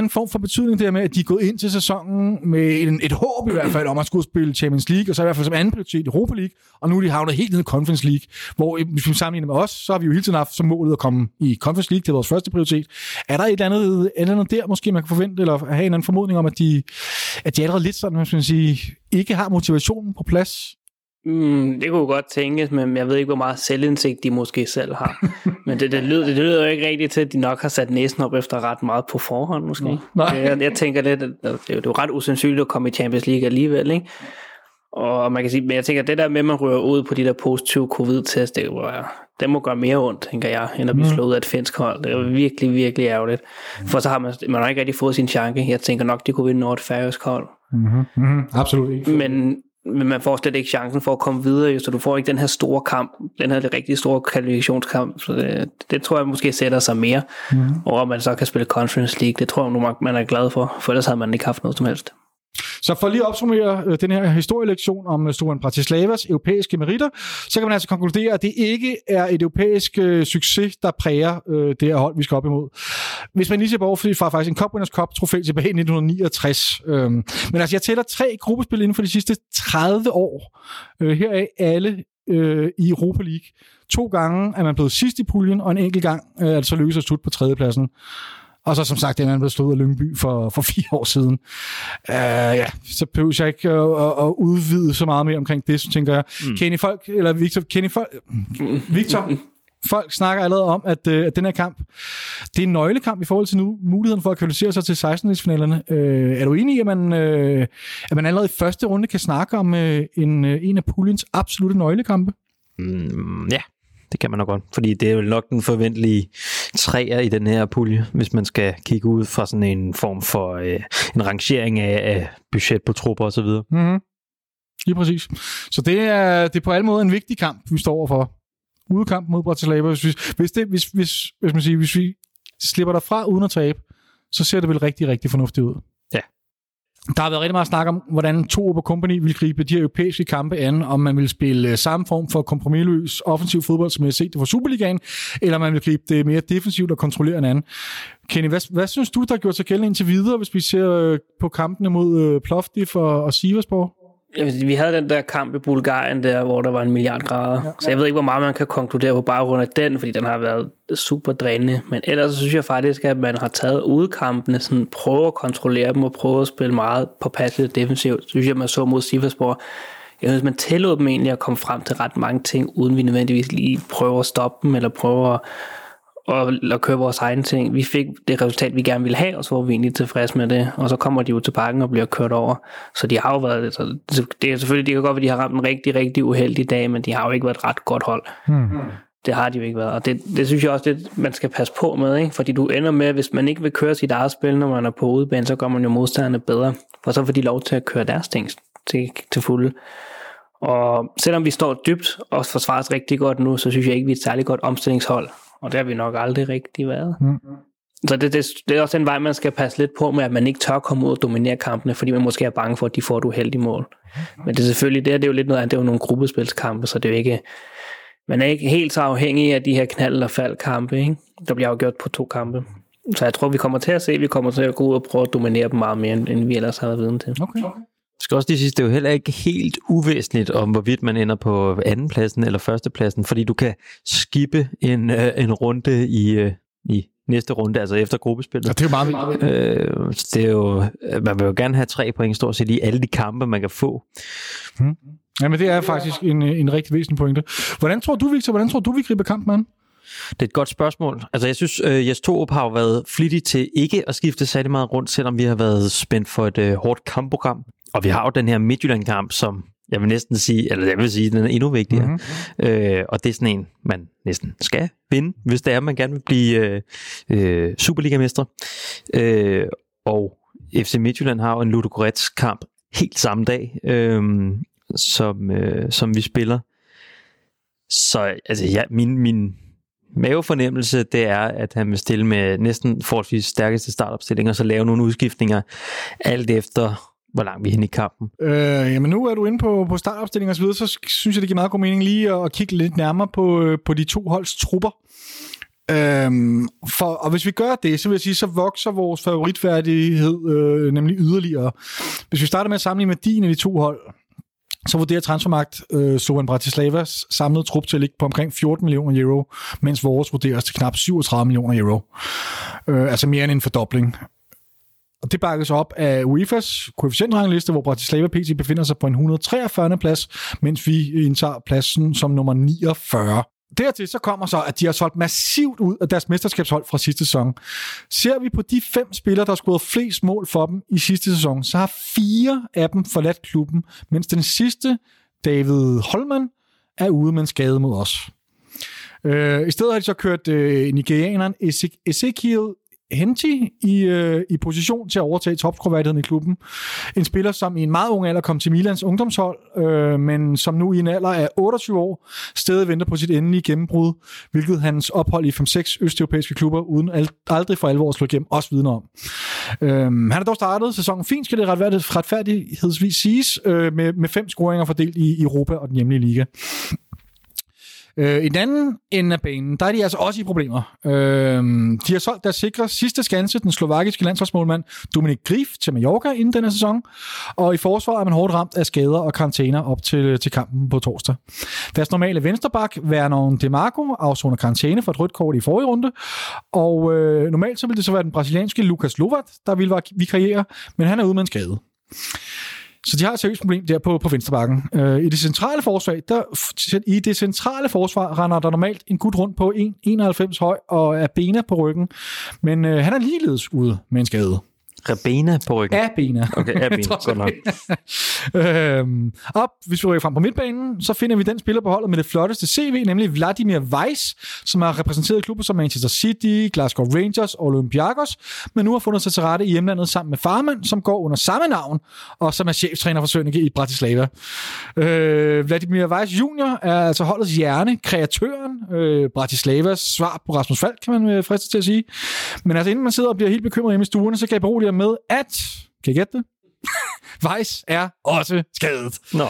anden form for betydning der med, at de er gået ind til sæsonen med et håb i hvert fald om at skulle spille Champions League, og så i hvert fald som anden prioritet Europa League, og nu er de havnet helt ned i Conference League, hvor hvis vi sammenligner med os, så har vi jo hele tiden haft som målet at komme i Conference League, det er vores første prioritet. Er der et andet der, måske man kan forvente, eller have en anden formodning om, at de allerede lidt sådan, man sige, ikke har motivationen på plads? Det kunne godt tænkes, men jeg ved ikke, hvor meget selvindsigt de måske selv har. Men det lyder jo ikke rigtigt til, at de nok har sat næsen op efter ret meget på forhånd, måske. Jeg tænker, det er jo ret usandsynligt at komme i Champions League alligevel, ikke? Og man kan sige, men jeg tænker, det der med, at man rører ud på de der positive covid-test, det må gøre mere ondt, tænker jeg, end at blive slået ud af et finsk hold. Det er virkelig, virkelig ærgerligt. For så har man har ikke rigtig fået sin chance. Jeg tænker nok, de kunne vinde over et færøsk hold. Absolut ikke. Men man får slet ikke chancen for at komme videre, så du får ikke den her store kamp, den her rigtig store kvalifikationskamp. Så det tror jeg måske sætter sig mere, og man så kan spille Conference League. Det tror jeg nu, man er glad for ellers havde man ikke haft noget som helst. Så for lige at opsummere den her historielektion om Slovan Bratislavas europæiske meritter, så kan man altså konkludere, at det ikke er et europæisk succes, der præger det her hold, vi skal op imod. Hvis man lige ser bort fra faktisk en Cup Winners' Cup trofæ tilbage i 1969. Men altså, jeg tæller 3 gruppespil inden for de sidste 30 år. Heraf alle i Europa League. 2 gange er man blevet sidst i puljen, og en enkelt gang er det så lykkedes at slutte på 3. pladsen. Og så som sagt, er man blevet slået af Lyngby for 4 år siden. Så behøver jeg ikke at udvide så meget mere omkring det, så tænker jeg. Victor, folk snakker allerede om, at den her kamp, det er en nøglekamp i forhold til nu, muligheden for at kvalificere sig til 16-finalerne. Er du enig i, at man allerede i første runde kan snakke om en af puljens absolutte nøglekampe? Ja. Det kan man nok godt, fordi det er jo nok den forventelige træer i den her pulje, hvis man skal kigge ud fra sådan en form for en rangering af budget på trupper og så videre. Lige præcis. Så det er på alle måder en vigtig kamp, vi står overfor. Udekamp mod Bratislava. Hvis vi slipper derfra uden at tabe, så ser det vel rigtig, rigtig fornuftigt ud. Ja. Der har været rigtig meget snak om, hvordan Torup og Company vil gribe de her europæiske kampe an, om man vil spille samme form for kompromisløs offensiv fodbold, som jeg har set det for Superligaen, eller man vil gribe det mere defensivt og kontrollere en anden. Kenny, hvad synes du, der har gjort sig gældende indtil videre, hvis vi ser på kampene mod Plovdiv og Sivasspor? Vi havde den der kamp i Bulgarien der, hvor der var 1 milliard grader. Ja. Så jeg ved ikke, hvor meget man kan konkludere på baggrund af den, fordi den har været super drænende. Men ellers så synes jeg faktisk, at man har taget udkampene, sådan prøve at kontrollere dem og prøve at spille meget påpasseligt defensivt. Så synes jeg, man så mod Sivasspor. Jeg synes, man tillod dem egentlig at komme frem til ret mange ting, uden vi nødvendigvis lige prøver at stoppe dem, eller prøve at køre vores egne ting. Vi fik det resultat, vi gerne ville have, og så var vi egentlig tilfredse med det. Og så kommer de jo til parken og bliver kørt over. Så de har jo været... Så det er selvfølgelig, det kan godt være, de har ramt en rigtig, rigtig uheldig dag, men de har jo ikke været et ret godt hold. Det har de jo ikke været. Og det synes jeg også, det man skal passe på med, ikke? Fordi du ender med, hvis man ikke vil køre sit eget spil, når man er på udebane, så gør man jo modstanderne bedre. For så får de lov til at køre deres ting til fulde. Og selvom vi står dybt og forsvares rigtig godt nu, så synes jeg ikke, vi er et særligt godt omstillingshold. Og det har vi nok aldrig rigtig været. Så det er også en vej, man skal passe lidt på med, at man ikke tør komme ud og dominere kampene, fordi man måske er bange for, at de får et uheldigt mål. Men det er selvfølgelig, det er jo lidt noget andet, det er jo nogle gruppespilskampe, så det er jo ikke, man er ikke helt så afhængig af de her knald- og faldkampe, ikke? Der bliver afgjort på 2 kampe. Så jeg tror, vi kommer til at gå ud og prøve at dominere dem meget mere, end vi ellers har været viden til. Okay. Jeg skal også lige sige, det er jo heller ikke helt uvæsentligt om, hvorvidt man ender på andenpladsen eller førstepladsen, fordi du kan skippe en runde i næste runde, altså efter gruppespillet. Ja, det er jo meget vigtigt. Det er jo, man vil jo gerne have 3 point stort set i alle de kampe, man kan få. Jamen, det er faktisk en rigtig væsentlig pointe. Hvordan tror du, Victor, vi griber kampen an? Det er et godt spørgsmål. Altså, jeg synes, Jes Torup har jo været flittig til ikke at skifte særlig meget rundt, selvom vi har været spændt for et hårdt kampprogram. Og vi har jo den her Midtjylland-kamp, som jeg vil næsten sige, eller jeg vil sige, den er endnu vigtigere. Og det er sådan en, man næsten skal vinde, hvis det er, man gerne vil blive Superliga-mestre. Og FC Midtjylland har jo en Ludogorets-kamp helt samme dag, som vi spiller. Så altså, min mavefornemmelse, det er, at han vil stille med næsten forholdsvis stærkeste startopstilling, og så lave nogle udskiftninger, alt efter hvor langt vi er henne i kampen. Jamen nu er du inde på startopstilling og så videre, så synes jeg, det giver meget god mening lige at kigge lidt nærmere på de 2 holds trupper. Og hvis vi gør det, så vil jeg sige, så vokser vores favoritfærdighed nemlig yderligere. Hvis vi starter med at sammenligne værdien af de to hold, så vurderer Transfermarkt Slovan Bratislavas samlede trup til at ligge på omkring 14 millioner euro, mens vores vurderes til knap 37 millioner euro. Altså mere end en fordobling. Og det bakkes op af UEFA's koefficientrangliste, hvor Bratislava PT befinder sig på en 143. plads, mens vi indtager pladsen som nummer 49. Dertil så kommer så, at de har solgt massivt ud af deres mesterskabshold fra sidste sæson. Ser vi på de 5 spillere, der har scoret flest mål for dem i sidste sæson, så har 4 af dem forladt klubben, mens den sidste, David Holman, er ude med en skade mod os. I stedet har de så kørt nigerianeren Ezekiel Henti i position til at overtage topscoreværdigheden i klubben. En spiller, som i en meget ung alder kom til Milans ungdomshold, men som nu i en alder af 28 år stadig venter på sit endelige gennembrud, hvilket hans ophold i 5-6 østeuropæiske klubber uden aldrig for alvor at slå igennem også vidner om. Han har dog startet sæsonen fint, skal det retfærdighedsvis siges, med 5 scoringer fordelt i Europa og den hjemlige liga. I den anden ende af banen, der er de altså også i problemer. De har solgt deres sikre sidste skanse, den slovakiske landsholdsmålmand Dominik Grif til Mallorca inden denne sæson, og i forsvaret er man hårdt ramt af skader og karantæner op til kampen på torsdag. Deres normale vensterbak, Vernon DeMarco, afsoner karantæne for et rødt kort i forrige runde, og normalt så vil det så være den brasilianske Lucas Lovat, der vil vikariere, men han er ude med en skade. Så de har et seriøst problem der på venstrebakken. I det centrale forsvar render der normalt en gut rundt på 1,91 høj og er Bena på ryggen, men han er ligeledes ude med en skade. Rabena på ryggen? Abena. Okay, Abena, godt nok. Hvis vi rykker frem på midtbanen, så finder vi den spiller på holdet med det flotteste CV, nemlig Vladimir Weiss, som har repræsenteret klubber som Manchester City, Glasgow Rangers og Olympiakos, men nu har fundet sig til rette i hjemlandet sammen med farmand, som går under samme navn, og som er cheftræner for Sønneke i Bratislava. Vladimir Weiss Junior er altså holdets hjerne, kreatøren, Bratislavas svar på Rasmus Falk, kan man friste til at sige. Men altså inden man sidder og bliver helt bekymret hjemme i stuerne, så kan jeg berolige med, at... Kan I gætte det? Weiss er også skadet. Nå.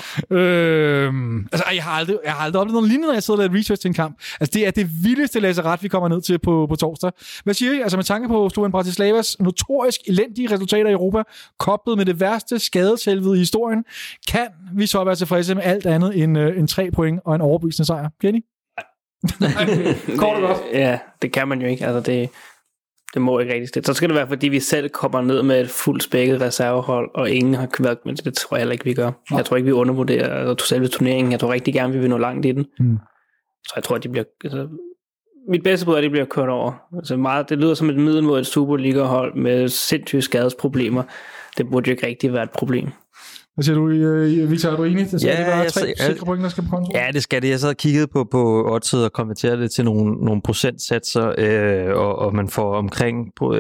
Jeg har aldrig oplevet noget lignende, når jeg sidder og laver research til en kamp. Altså, det er det vildeste lazaret, vi kommer ned til på torsdag. Hvad siger I? Altså, med tanke på Slovan Bratislavas notorisk elendige resultater i Europa, koblet med det værste skadeshelvede i historien, kan vi så være tilfredse med alt andet end 3 point og en overbevisende sejr. Kenny? Kort og godt. Ja, det kan man jo ikke. Altså, det må ikke rigtig. Så skal det være, fordi vi selv kommer ned med et fuldt spækket reservehold, og ingen har kørt, men det tror jeg heller ikke, vi gør. Jeg tror ikke, vi undervurderer selve turneringen. Jeg tror rigtig gerne, vi vil nå langt i den. Så jeg tror, at de bliver... Altså, mit bedste bud er, at de bliver kørt over. Altså meget, det lyder som et middel mod et Superliga-hold med sindssyge skadesproblemer. Det burde jo ikke rigtig være et problem. Hvad siger du, Victor? Er du enig? Det skal være 3 sikre point, der skal på konto? Ja, det skal det. Jeg sad og kiggede på oddset og konverterede det til nogle procentsatser, og man får omkring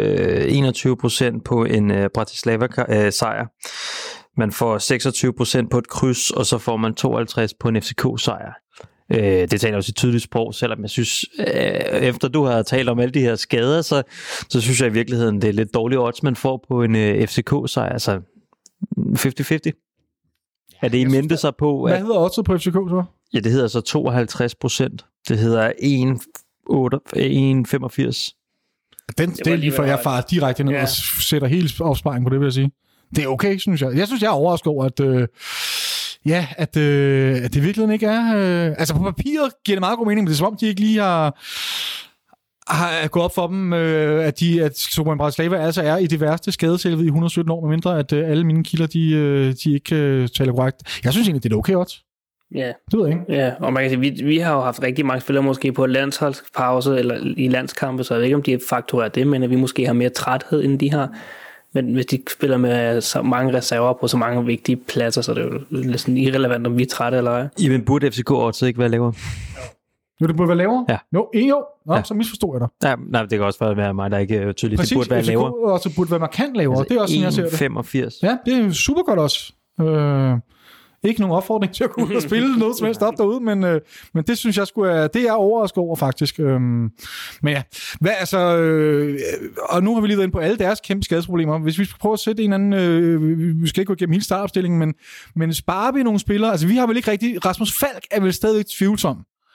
21% på en Bratislava-sejr. Man får 26% på et kryds, og så får man 52% på en FCK-sejr. Det taler jo sit tydeligt sprog, selvom jeg synes, efter du har talt om alle de her skader, så synes jeg i virkeligheden, det er lidt dårlige odds, man får på en FCK-sejr. Altså 50-50. Er det I mente sig på? Hvad hedder oddset på FCK så? Ja, det hedder så 52%. Det hedder 1,85. Det er lige for, jeg farer direkte ned og sætter helt opsparing på det, vil jeg sige. Det er okay, synes jeg. Jeg synes, jeg er overrasket over, at det virkelig ikke er... altså på papiret giver det meget god mening, men det er som om, de ikke lige har gået op for dem, at Slovan Bratislava altså er i det værste skadeshelvede i 117 år, medmindre at alle mine kilder, de ikke taler korrekt. Jeg synes egentlig, det er okay odds. Ja. Det ved jeg ikke. Ja, og man kan sige, vi har jo haft rigtig mange spillere måske på landsholdspause eller i landskampe, så jeg ved ikke, om de faktorerer det, men at vi måske har mere træthed, end de har. Men hvis de spiller med så mange reserver på så mange vigtige pladser, så er det jo lidt sådan irrelevant, om vi er trætte eller ej. Jamen, burde FCK-odds ikke være lavere? Jo, det burde være lavere? Ja. Nå, så misforstod jeg dig. Ja, nej, det kan også være mig, der ikke tydeligt. Præcis, det burde være lavere. Præcis, også burde være markant lavere. Altså, det er også sådan, jeg ser det. 85. Ja, det er super godt også. Ikke nogen opfordring til at gå ud og spille noget som helst op derude, men det synes jeg det er overrasket over faktisk. Men ja, og nu har vi lige været inde på alle deres kæmpe skadesproblemer. Hvis vi skal prøve at sætte en anden, vi skal ikke gå igennem hele startopstillingen, men sparer vi nogle spillere, altså vi har vel ikke rigtig, Rasmus Falk er vel stadig tvivlsom.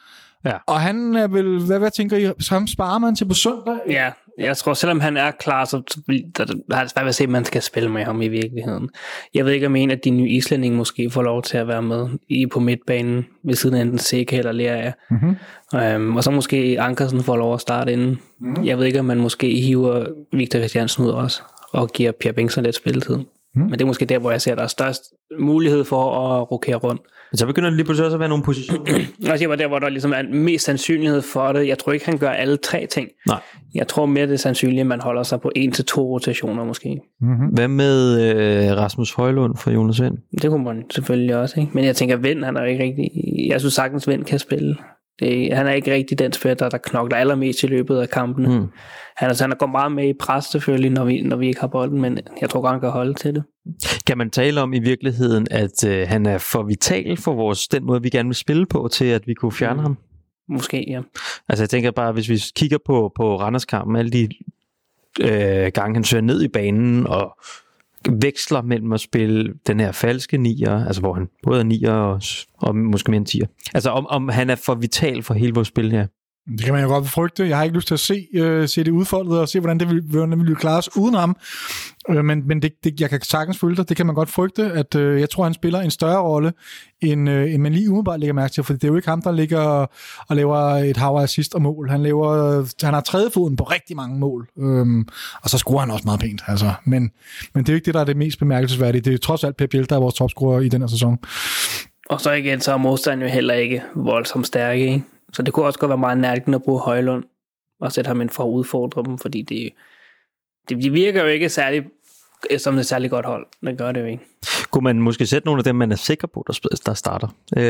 Ja. Og han er vel, hvad tænker I, så ham sparer man til på søndag? Ja, jeg tror, selvom han er klar, så har det svært ved at se, at man skal spille med ham i virkeligheden. Jeg ved ikke, om en af de nye islændinge måske får lov til at være med på midtbanen, ved siden af enten Seca eller Lerager. Mm-hmm. Og så måske Ankersen får lov at starte inden. Mm-hmm. Jeg ved ikke, om man måske hiver Victor Christiansen ud også, og giver Pierre Bengtsson lidt spilletid. Men det er måske der, hvor jeg ser, at der er størst mulighed for at rokere rundt. Men så begynder det lige pludselig også at være nogle positioner. Jeg siger der, hvor der ligesom er mest sandsynlighed for det. Jeg tror ikke, han gør alle 3 ting. Nej. Jeg tror mere, det er sandsynligt, at man holder sig på 1 til 2 rotationer måske. Mm-hmm. Hvad med Rasmus Højlund fra Jonas Vind? Det kunne man selvfølgelig også, ikke? Men jeg tænker, Vind, han er jo ikke rigtig... Jeg synes sagtens, Vind kan spille. Han er ikke rigtig den spiller, der knokler allermest i løbet af kampene. Han går meget med i pres selvfølgelig, når vi ikke har bolden, men jeg tror godt, han kan holde til det. Kan man tale om i virkeligheden, at han er for vital for den måde, vi gerne vil spille på, til at vi kunne fjerne ham? Måske, ja. Altså jeg tænker bare, hvis vi kigger på Randers-kampen, alle de gange han søger ned i banen og veksler mellem at spille den her falske nier, altså hvor han både er nier og måske mere en tier. Altså om han er for vital for hele vores spil her. Det kan man jo godt frygte. Jeg har ikke lyst til at se det udfoldet og se, hvordan det vil klares uden ham. Men jeg kan sagtens følge dig. Det kan man godt frygte, at jeg tror, han spiller en større rolle, end man lige umiddelbart lægger mærke til. For det er jo ikke ham, der ligger og laver et hav af assist og mål. Han har tredje foden på rigtig mange mål. Og så scorer han også meget pænt. Altså. Men det er jo ikke det, der er det mest bemærkelsesværdige. Det er trods alt Pep Biel, der er vores topscorer i den her sæson. Og så igen, så er modstanden jo heller ikke voldsomt stærke, ikke? Så det kunne også godt være meget nærmest at bruge Højlund og sætte ham ind for at udfordre dem, fordi det virker jo ikke som et særligt godt hold. Det gør det jo ikke. Kunne man måske sætte nogle af dem, man er sikker på, der starter?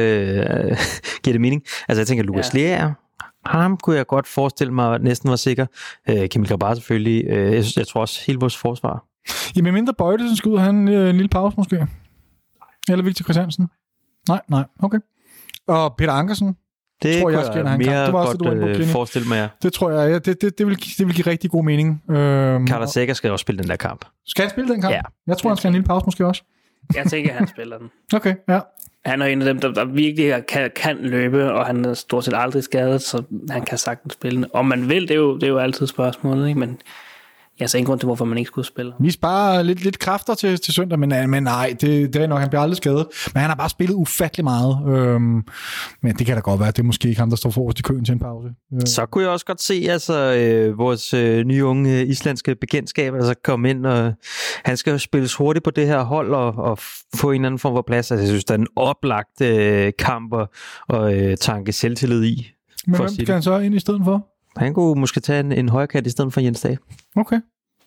Giver det mening? Altså jeg tænker, Lukas Lerager, ham kunne jeg godt forestille mig næsten var sikker. Kamil Grabar selvfølgelig. Jeg tror også hele vores forsvar. Jamen mindre Bøjlesen skal ud og have en lille pause måske. Eller Victor Christiansen. Nej, okay. Og Peter Ankersen. Det tror jeg mere det var også, godt forestille mig, ja. Det tror jeg, det vil give rigtig god mening. Carter Seca skal også spille den der kamp. Skal han spille den kamp? Ja. Jeg tror, han skal have en lille pause måske også. Jeg tænker, han spiller den. Okay, ja. Han er en af dem, der virkelig kan løbe, og han er stort set aldrig skadet, så han kan sagtens spille den. Om man vil, det er jo altid spørgsmålet, ikke? Men jeg ser ingen grund til, hvorfor man ikke skulle spille. Vi sparer lidt kræfter til søndag, men nej, det er nok, han bliver aldrig skadet. Men han har bare spillet ufattelig meget. Men det kan da godt være, det er måske ikke ham, der står forrest i køen til en pause. Så kunne jeg også godt se, vores nye unge islandske bekendtskab, komme ind, og han skal jo spilles hurtigt på det her hold, og få en anden form for plads. Altså, jeg synes, der er en oplagt kamp og tanke selvtillid i. Men hvem skal han så ind i stedet for? Han kunne måske tage en højrekat i stedet for Jens Dage. Okay.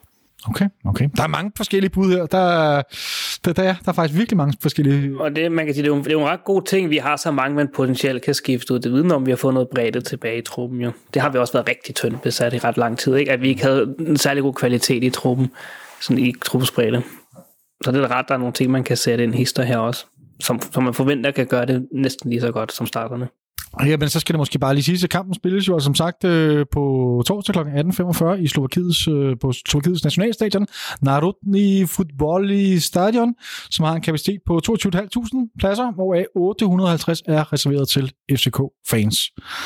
Der er mange forskellige bud her. Der er faktisk virkelig mange forskellige... Og det, man kan sige, det er jo en ret god ting, vi har så mange, man potentielt kan skifte ud. Det vidner om, vi har fået noget bredde tilbage i truppen. Jo. Det har vi også været rigtig tyndt besat i ret lang tid. Ikke? At vi ikke havde en særlig god kvalitet i truppen. Sådan i truppens bredde. Så det er ret, der er nogle ting, man kan sætte ind hister her også. Som man forventer kan gøre det næsten lige så godt som starterne. Ja, men så skal det måske bare lige sige, at kampen spilles jo som sagt på torsdag kl. 18.45 i på Slovakiets nationalstadion, Národní fotbalný stadion, som har en kapacitet på 22.500 pladser, hvoraf 850 er reserveret til FCK-fans.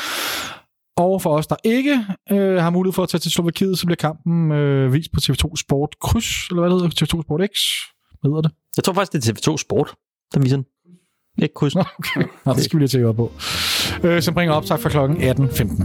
Og for os, der ikke har mulighed for at tage til Slovakiet, så bliver kampen vist på TV2 Sport Kryds, eller hvad det hedder, TV2 Sport X, hvad hedder det? Jeg tror faktisk, det er TV2 Sport, der viser den. Ikke kryds. Okay. Nå, det skal vi lige tjekke op på. Som bringer optag fra klokken 18.15.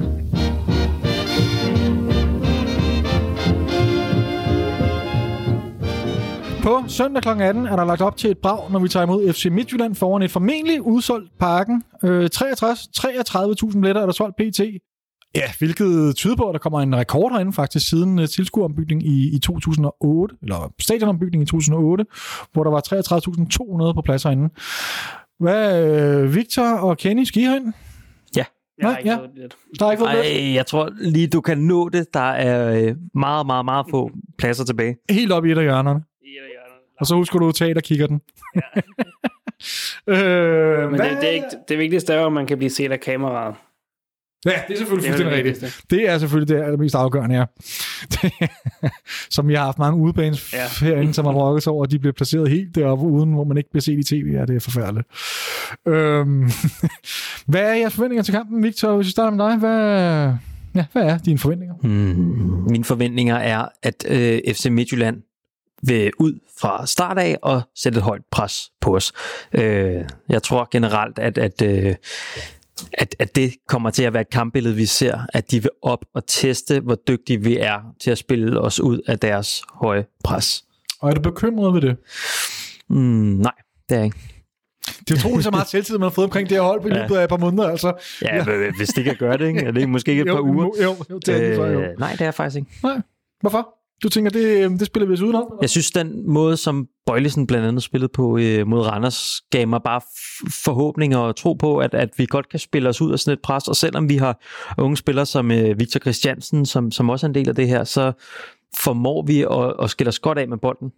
På søndag kl. 18 er der lagt op til et brag, når vi tager imod FC Midtjylland foran et formentlig udsolgt Parken. 33.000 billetter er der solgt pt. Ja, hvilket tyder på, at der kommer en rekord herinde faktisk siden tilskuerombygning i 2008, eller stadionombygning i 2008, hvor der var 33.200 på plads herinde. Hvad, Victor og Kenny, skal I herind? Ja. Nej, ja. Der er ikke noget. Jeg tror lige, du kan nå det. Der er meget, meget, meget få pladser tilbage. Helt op i et af hjørnerne. Og så husker du at tage og kigger den. Ja. Men det vigtigste er jo, at man kan blive set af kameraet. Ja, det er selvfølgelig fuldstændig rigtigt. Det er selvfølgelig det allermest afgørende, ja. Som jeg har haft mange udebanes herinde, som har brokket sig over, at de bliver placeret helt deroppe uden, hvor man ikke bliver set i tv. Ja, det er forfærdeligt. Hvad er jeres forventninger til kampen, Victor? Hvis vi starter med dig, hvad er dine forventninger? Mine forventninger er, at FC Midtjylland vil ud fra start af og sætte et højt pres på os. Jeg tror generelt, at det kommer til at være et kampbillede, vi ser, at de vil op og teste, hvor dygtige vi er til at spille os ud af deres høje pres. Og er du bekymret ved det? Nej, det er jeg ikke. Det er utroligt så meget selvtid, man har fået omkring det her hold i løbet af et par måneder. Altså. Ja, hvis det kan gøre det, ikke? Er det måske ikke et par uger? Jo, det er jo. Nej, det er faktisk ikke. Nej, hvorfor? Du tænker, det spiller vi os udenom? Jeg synes, den måde, som Bøjlesen blandt andet spillede på mod Randers, gav mig bare forhåbninger og tro på, at vi godt kan spille os ud af sådan et pres. Og selvom vi har unge spillere som Victor Christiansen, som også er en del af det her, så formår vi at skille os godt af med bolden.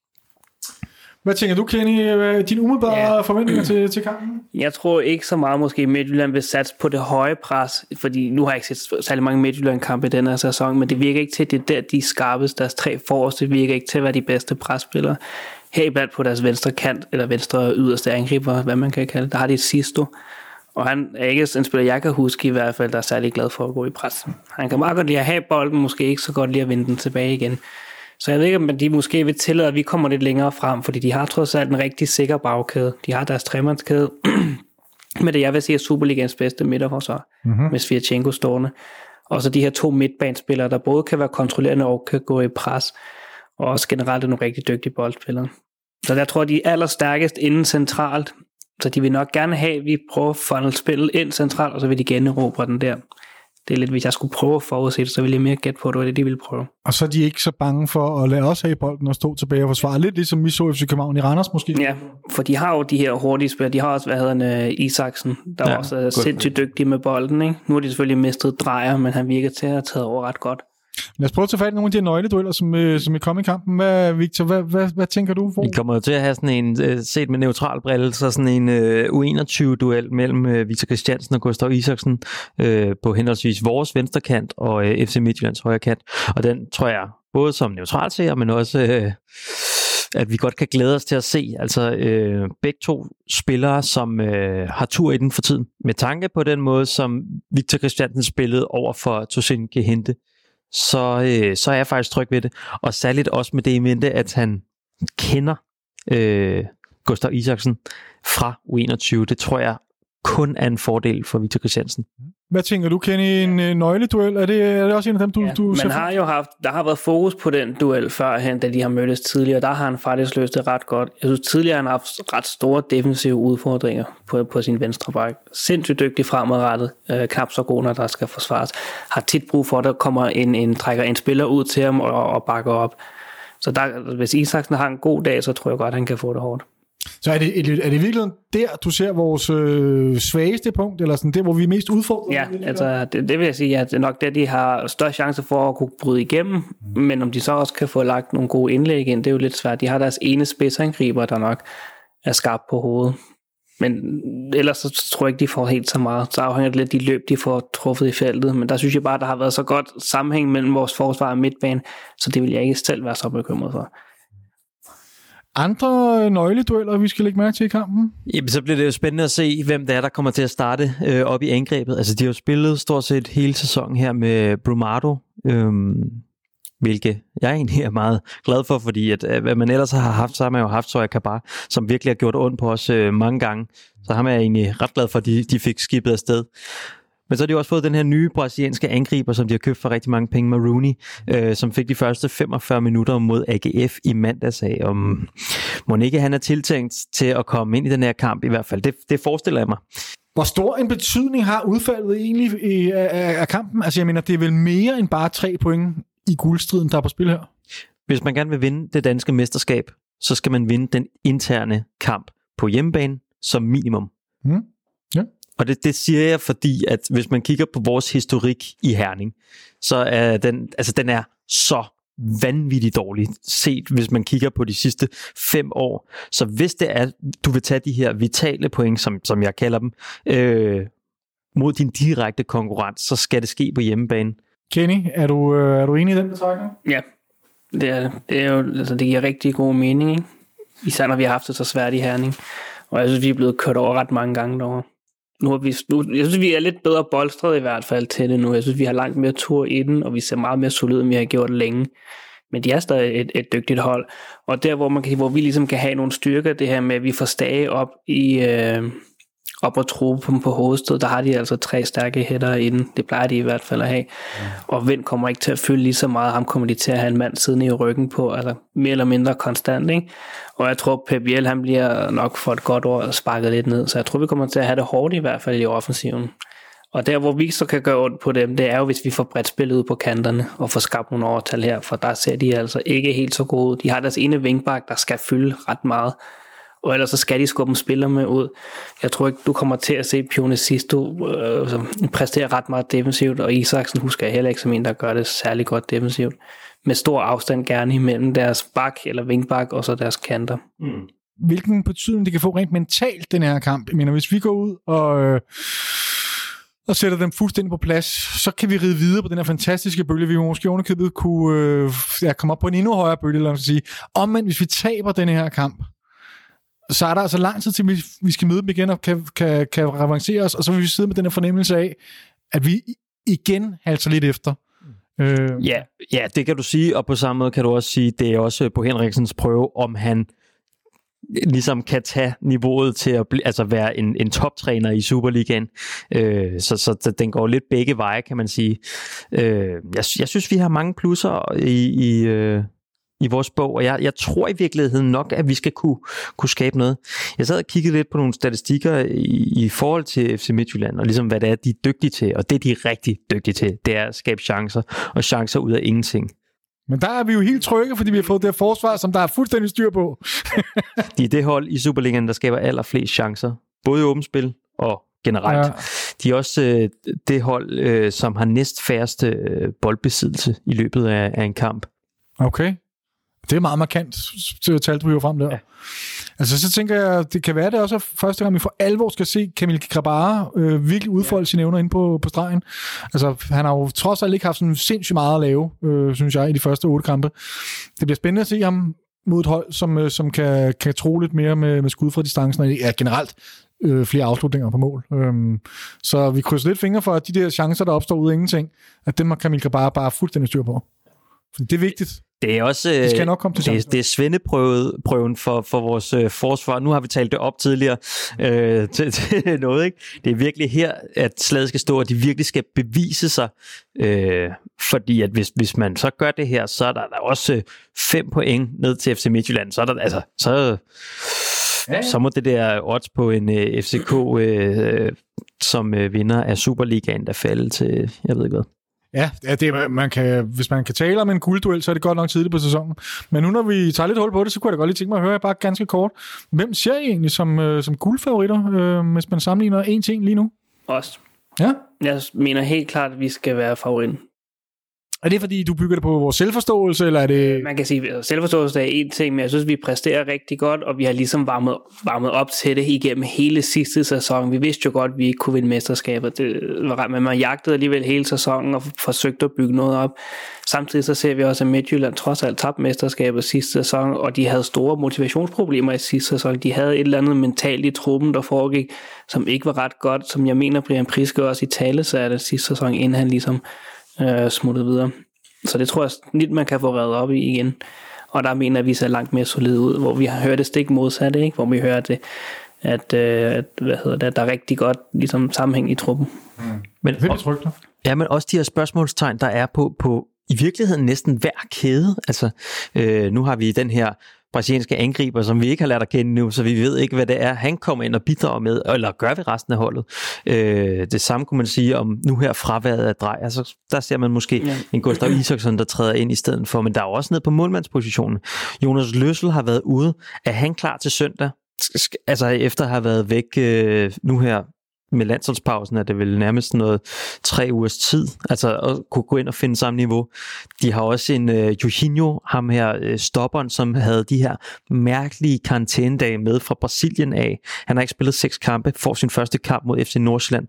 Hvad tænker du, Kenny? Dine umiddelbare forventninger til kampen? Jeg tror ikke så meget måske Midtjylland vil satse på det høje pres, fordi nu har jeg ikke set særlig mange Midtjylland-kampe i denne her sæson, men det virker ikke til, at det er der, de skarpeste. Deres 3 forreste virker ikke til at være de bedste presspillere. Heriblandt på deres venstre kant, eller venstre yderste angriber, hvad man kan kalde. Der har de Sisto, og han er ikke en spiller, jeg kan huske i hvert fald, der er særlig glad for at gå i pres. Han kan meget godt lide at have bolden, måske ikke så godt lide at vinde den tilbage igen. Så jeg ved ikke, om de måske vil tillade, at vi kommer lidt længere frem, fordi de har trods alt en rigtig sikker bagkæde. De har deres tremandskæde, med det jeg vil sige er Superligans bedste midterforsvar, med Svirchenko stående. Og så de her 2 midtbanespillere, der både kan være kontrollerende og kan gå i pres, og også generelt er nogle rigtig dygtige boldspillere. Så jeg tror, de er allerstærkest inden centralt, så de vil nok gerne have, at vi prøver at funnel spillet ind centralt, og så vil de generobre den der. Det er lidt, hvis jeg skulle prøve at forudse det, så ville jeg mere gætte på, at det var det, de ville prøve. Og så er de ikke så bange for at lade os have bolden og stå tilbage og forsvare. Lidt ligesom vi så FC København i Randers måske. Ja, for de har jo de her hurtige spillere. De har også, Isaksen, der også er sindssygt dygtig med bolden. Ikke? Nu har de selvfølgelig mistet Drejer, men han virker til at have taget over ret godt. Lad os prøve at tage fat i nogle af de her nøgledueller, som er kommet i kampen. Victor, hvad tænker du? Vi kommer jo til at have sådan en, set med neutral brille, så sådan en U21-duel mellem Victor Christiansen og Gustav Isaksen på henholdsvis vores venstre kant og FC Midtjyllands højre kant. Og den tror jeg, både som neutral seer, men også at vi godt kan glæde os til at se. Altså begge to spillere, som har tur i den for tiden. Med tanke på den måde, som Victor Christiansen spillede over for Tosin Gehente, så er jeg faktisk tryg ved det. Og særligt også med det i mente, at han kender Gustav Isaksen fra U21. Det tror jeg kun er en fordel for Victor Christiansen. Hvad tænker du, Kenny? En nøgleduel? Er det også en af dem, du ser? Der har været fokus på den duel førhen, da de har mødtes tidligere. Der har han faktisk løst det ret godt. Jeg synes, tidligere har han haft ret store defensive udfordringer på sin venstre bak. Sindssygt dygtig fremadrettet. Knap så god, når der skal forsvares. Har tit brug for, at der kommer trækker en spiller ud til ham og bakker op. Så hvis Isaksen har en god dag, så tror jeg godt, han kan få det hårdt. Så er det virkelig der, du ser vores svageste punkt, eller sådan det, hvor vi er mest udfordret? Ja, altså det vil jeg sige, at det er nok det, de har større chance for at kunne bryde igennem, men om de så også kan få lagt nogle gode indlæg ind, det er jo lidt svært. De har deres ene spidsangriber, der nok er skarp på hovedet. Men ellers så tror jeg ikke, de får helt så meget. Så afhænger det lidt af de løb, de får truffet i feltet. Men der synes jeg bare, der har været så godt sammenhæng mellem vores forsvar og midtbane, så det vil jeg ikke selv være så bekymret for. Andre nøgledueller, vi skal lægge mærke til i kampen? Jamen, så bliver det jo spændende at se, hvem det er, der kommer til at starte op i angrebet. Altså, de har jo spillet stort set hele sæsonen her med Brumado, hvilket jeg egentlig er meget glad for, fordi at, hvad man ellers har haft, så har man jo haft Soya Kabar, som virkelig har gjort ondt på os mange gange. Så har man egentlig ret glad for, at de fik skibet afsted. Men så har de også fået den her nye brasilianske angriber, som de har købt for rigtig mange penge, med Rooney, som fik de første 45 minutter mod AGF i mandags af. Må ikke han er tiltænkt til at komme ind i den her kamp i hvert fald. Det forestiller jeg mig. Hvor stor en betydning har udfaldet egentlig af kampen? Altså jeg mener, det er vel mere end bare 3 point i guldstriden, der er på spil her? Hvis man gerne vil vinde det danske mesterskab, så skal man vinde den interne kamp på hjemmebane som minimum. Ja. Og det siger jeg, fordi at hvis man kigger på vores historik i Herning, så er den er så vanvittigt dårligt set, hvis man kigger på de sidste 5 år. Så hvis det er, du vil tage de her vitale point, som jeg kalder dem, mod din direkte konkurrent, så skal det ske på hjemmebane. Kenny, er du enig i den betragtning? Ja, det er det. Det er jo, altså, det giver rigtig god mening, ikke? Især når vi har haft det så svært i Herning. Og jeg synes, vi er blevet kørt over ret mange gange derovre. Jeg synes, vi er lidt bedre bolstret i hvert fald til det nu. Jeg synes, vi har langt mere tur i den, og vi ser meget mere solide, end vi har gjort længe. Men de er stadig et dygtigt hold. Og der, hvor vi ligesom kan have nogle styrker, det her med, at vi får Stage op op og tro på hovedstød, der har de altså 3 stærke hætter i den. Det plejer de i hvert fald at have. Og Vind kommer ikke til at følge lige så meget. Ham kommer de til at have en mand siddende i ryggen på, altså mere eller mindre konstant, ikke? Og jeg tror, Pep Biel, han bliver nok for et godt år sparket lidt ned. Så jeg tror, vi kommer til at have det hårdt i hvert fald i offensiven. Og der, hvor vi så kan gøre ondt på dem, det er jo, hvis vi får bredt spillet ud på kanterne og får skabt nogle overtal her, for der ser de altså ikke helt så gode ud. De har deres ene vingbak, der skal fylde ret meget, og ellers så skal de skubbe spillere med ud. Jeg tror ikke, du kommer til at se Pione Sisto præstere ret meget defensivt, og Isaksen husker jeg heller ikke som en, der gør det særlig godt defensivt. Med stor afstand gerne imellem deres bak eller vingbak og så deres kanter. Hvilken betydning det kan få rent mentalt, den her kamp? Jeg mener, hvis vi går ud og sætter dem fuldstændig på plads, så kan vi ride videre på den her fantastiske bølge. Vi måske ovenikøbet kunne komme op på en endnu højere bølge, lad os sige. Omvendt, hvis vi taber den her kamp, så er der altså lang tid til, vi skal møde dem igen og kan revancere os, og så vil vi sidde med den her fornemmelse af, at vi igen halter lidt efter. Ja, det kan du sige, og på samme måde kan du også sige, det er også på Henriksens prøve, om han ligesom kan tage niveauet til at være en toptræner i Superligaen. Så den går lidt begge veje, kan man sige. Jeg synes, vi har mange plusser i vores bog, og jeg tror i virkeligheden nok, at vi skal kunne skabe noget. Jeg sad og kiggede lidt på nogle statistikker i forhold til FC Midtjylland, og ligesom hvad det er, de er dygtige til, og det de er rigtig dygtige til, det er at skabe chancer, og chancer ud af ingenting. Men der er vi jo helt trygge, fordi vi har fået det her forsvar, som der er fuldstændig styr på. De er det hold i Superligaen, der skaber allerflest chancer, både i åbent spil og generelt. Ja. De er også det hold, som har næst færreste boldbesiddelse i løbet af en kamp. Okay. Det er meget markant, talte du jo frem der. Ja. Altså, så tænker jeg, det kan være, det også er første gang, vi for alvor skal se Kamil Grabara virkelig udfolde sine evner inde på stregen. Altså, han har jo trods alt ikke haft sådan sindssygt meget at lave, synes jeg, i de første 8 kampe. Det bliver spændende at se ham mod et hold, som kan tro lidt mere med skud fra distancen, og generelt flere afslutninger på mål. Så vi krydser lidt fingre for, at de der chancer, der opstår ud af ingenting, at dem har Kamil Grabara bare fuldstændig styr på. For det er vigtigt. Det er også det er svendeprøven for vores forsvar. Nu har vi talt det op tidligere til noget, ikke? Det er virkelig her, at slaget skal stå, og de virkelig skal bevise sig. Fordi at hvis man så gør det her, så er der også 5 point ned til FC Midtjylland. Så er der altså så må det der odds på en FCK som vinder af Superligaen, der falde til, jeg ved ikke hvad. Ja, hvis man kan tale om en guldduel, så er det godt nok tidligt på sæsonen. Men nu når vi tager lidt hul på det, så kunne jeg da godt lige tænke mig at høre bare ganske kort. Hvem ser I egentlig som guldfavoritter, hvis man sammenligner en til en lige nu? Os. Ja? Jeg mener helt klart, at vi skal være favoritten. Er det fordi, du bygger det på vores selvforståelse, eller er det... Man kan sige, at selvforståelse er en ting, men jeg synes, vi præsterer rigtig godt, og vi har ligesom varmet op til det igennem hele sidste sæson. Vi vidste jo godt, at vi ikke kunne vinde mesterskabet. Men man jagtede alligevel hele sæsonen og forsøgte at bygge noget op. Samtidig så ser vi også, at Midtjylland trods alt tabte mesterskabet sidste sæson, og de havde store motivationsproblemer i sidste sæson. De havde et eller andet mentalt i truppen, der foregik, som ikke var ret godt, som jeg mener, Brian Priske også i tale sagde det sidste sæson, inden han ligesom smuttet videre. Så det tror jeg snit, man kan få reddet op i igen. Og der mener vi ser langt mere solide ud, hvor vi har hørt det stik modsatte, ikke? Hvor vi hører det, at der er rigtig godt ligesom sammenhæng i truppen. Men men også de her spørgsmålstegn, der er på i virkeligheden næsten hver kæde. Altså, nu har vi den her brasilianske angriber, som vi ikke har lært at kende nu, så vi ved ikke, hvad det er, han kommer ind og bidrager med, eller gør ved resten af holdet. Det samme kunne man sige om nu her fraværet af Drej. Altså, der ser man måske en Gustav Isaksson, der træder ind i stedet for, men der er også ned på målmandspositionen. Jonas Løssel har været ude. Er han klar til søndag? Altså, efter at have været væk nu her med landsholdspausen, er det vel nærmest noget 3 ugers tid, altså at kunne gå ind og finde samme niveau. De har også en Jorginho, ham her stopperen, som havde de her mærkelige karantænedage med fra Brasilien af. Han har ikke spillet 6 kampe, får sin første kamp mod FC Nordsjælland.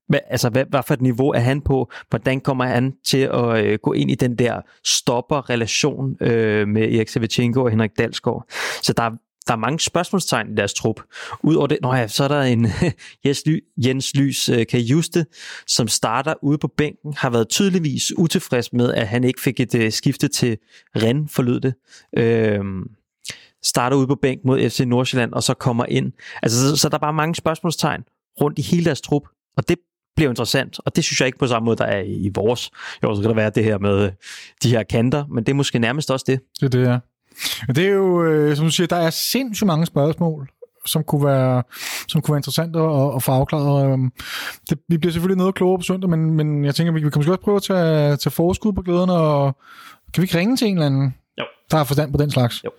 Hvad for et niveau er han på? Hvordan kommer han til at gå ind i den der stopper-relation med Erik Savičenko og Henrik Dalsgaard? Så der er mange spørgsmålstegn i deres trup. Udover det, så er der en Jens Lys Kajuste, som starter ude på bænken, har været tydeligvis utilfreds med, at han ikke fik et skifte til Rennes, forlød det. Starter ude på bænken mod FC Nordsjælland, og så kommer ind. Altså, så der er bare mange spørgsmålstegn rundt i hele deres trup, og det bliver interessant, og det synes jeg ikke på samme måde, der er i vores. Jo, så kan der være det her med de her kanter, men det er måske nærmest også det. Det er det, ja. Det er jo, som du siger, der er sindssygt mange spørgsmål, som kunne være interessante at få afklaret. Vi bliver selvfølgelig noget klogere på søndag, men jeg tænker, vi kan måske også prøve at tage forskud på glæderne, og kan vi ikke ringe til en eller anden, der har forstand på den slags? Jo.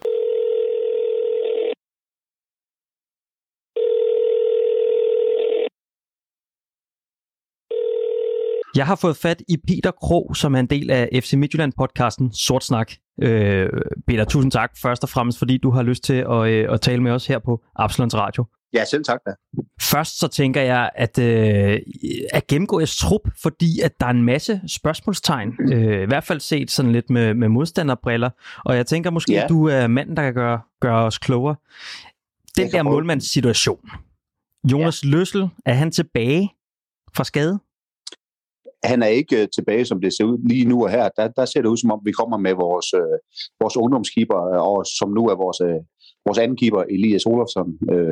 Jeg har fået fat i Peter Krog, som er en del af FC Midtjylland-podcasten Sort Snak. Peter, tusind tak først og fremmest, fordi du har lyst til at tale med os her på Absalons Radio. Ja, selv tak da. Først så tænker jeg, at gennemgå jeres trup, fordi at der er en masse spørgsmålstegn, i hvert fald set sådan lidt med modstanderbriller, og jeg tænker måske, at du er manden, der kan gøre os klogere. Den der målmandssituation. Jonas Løssel, er han tilbage fra skade? Han er ikke tilbage, som det ser ud lige nu og her. Der ser det ud, som om vi kommer med vores ungdomskeeper, og som nu er vores anden keeper, Elias Olofsson,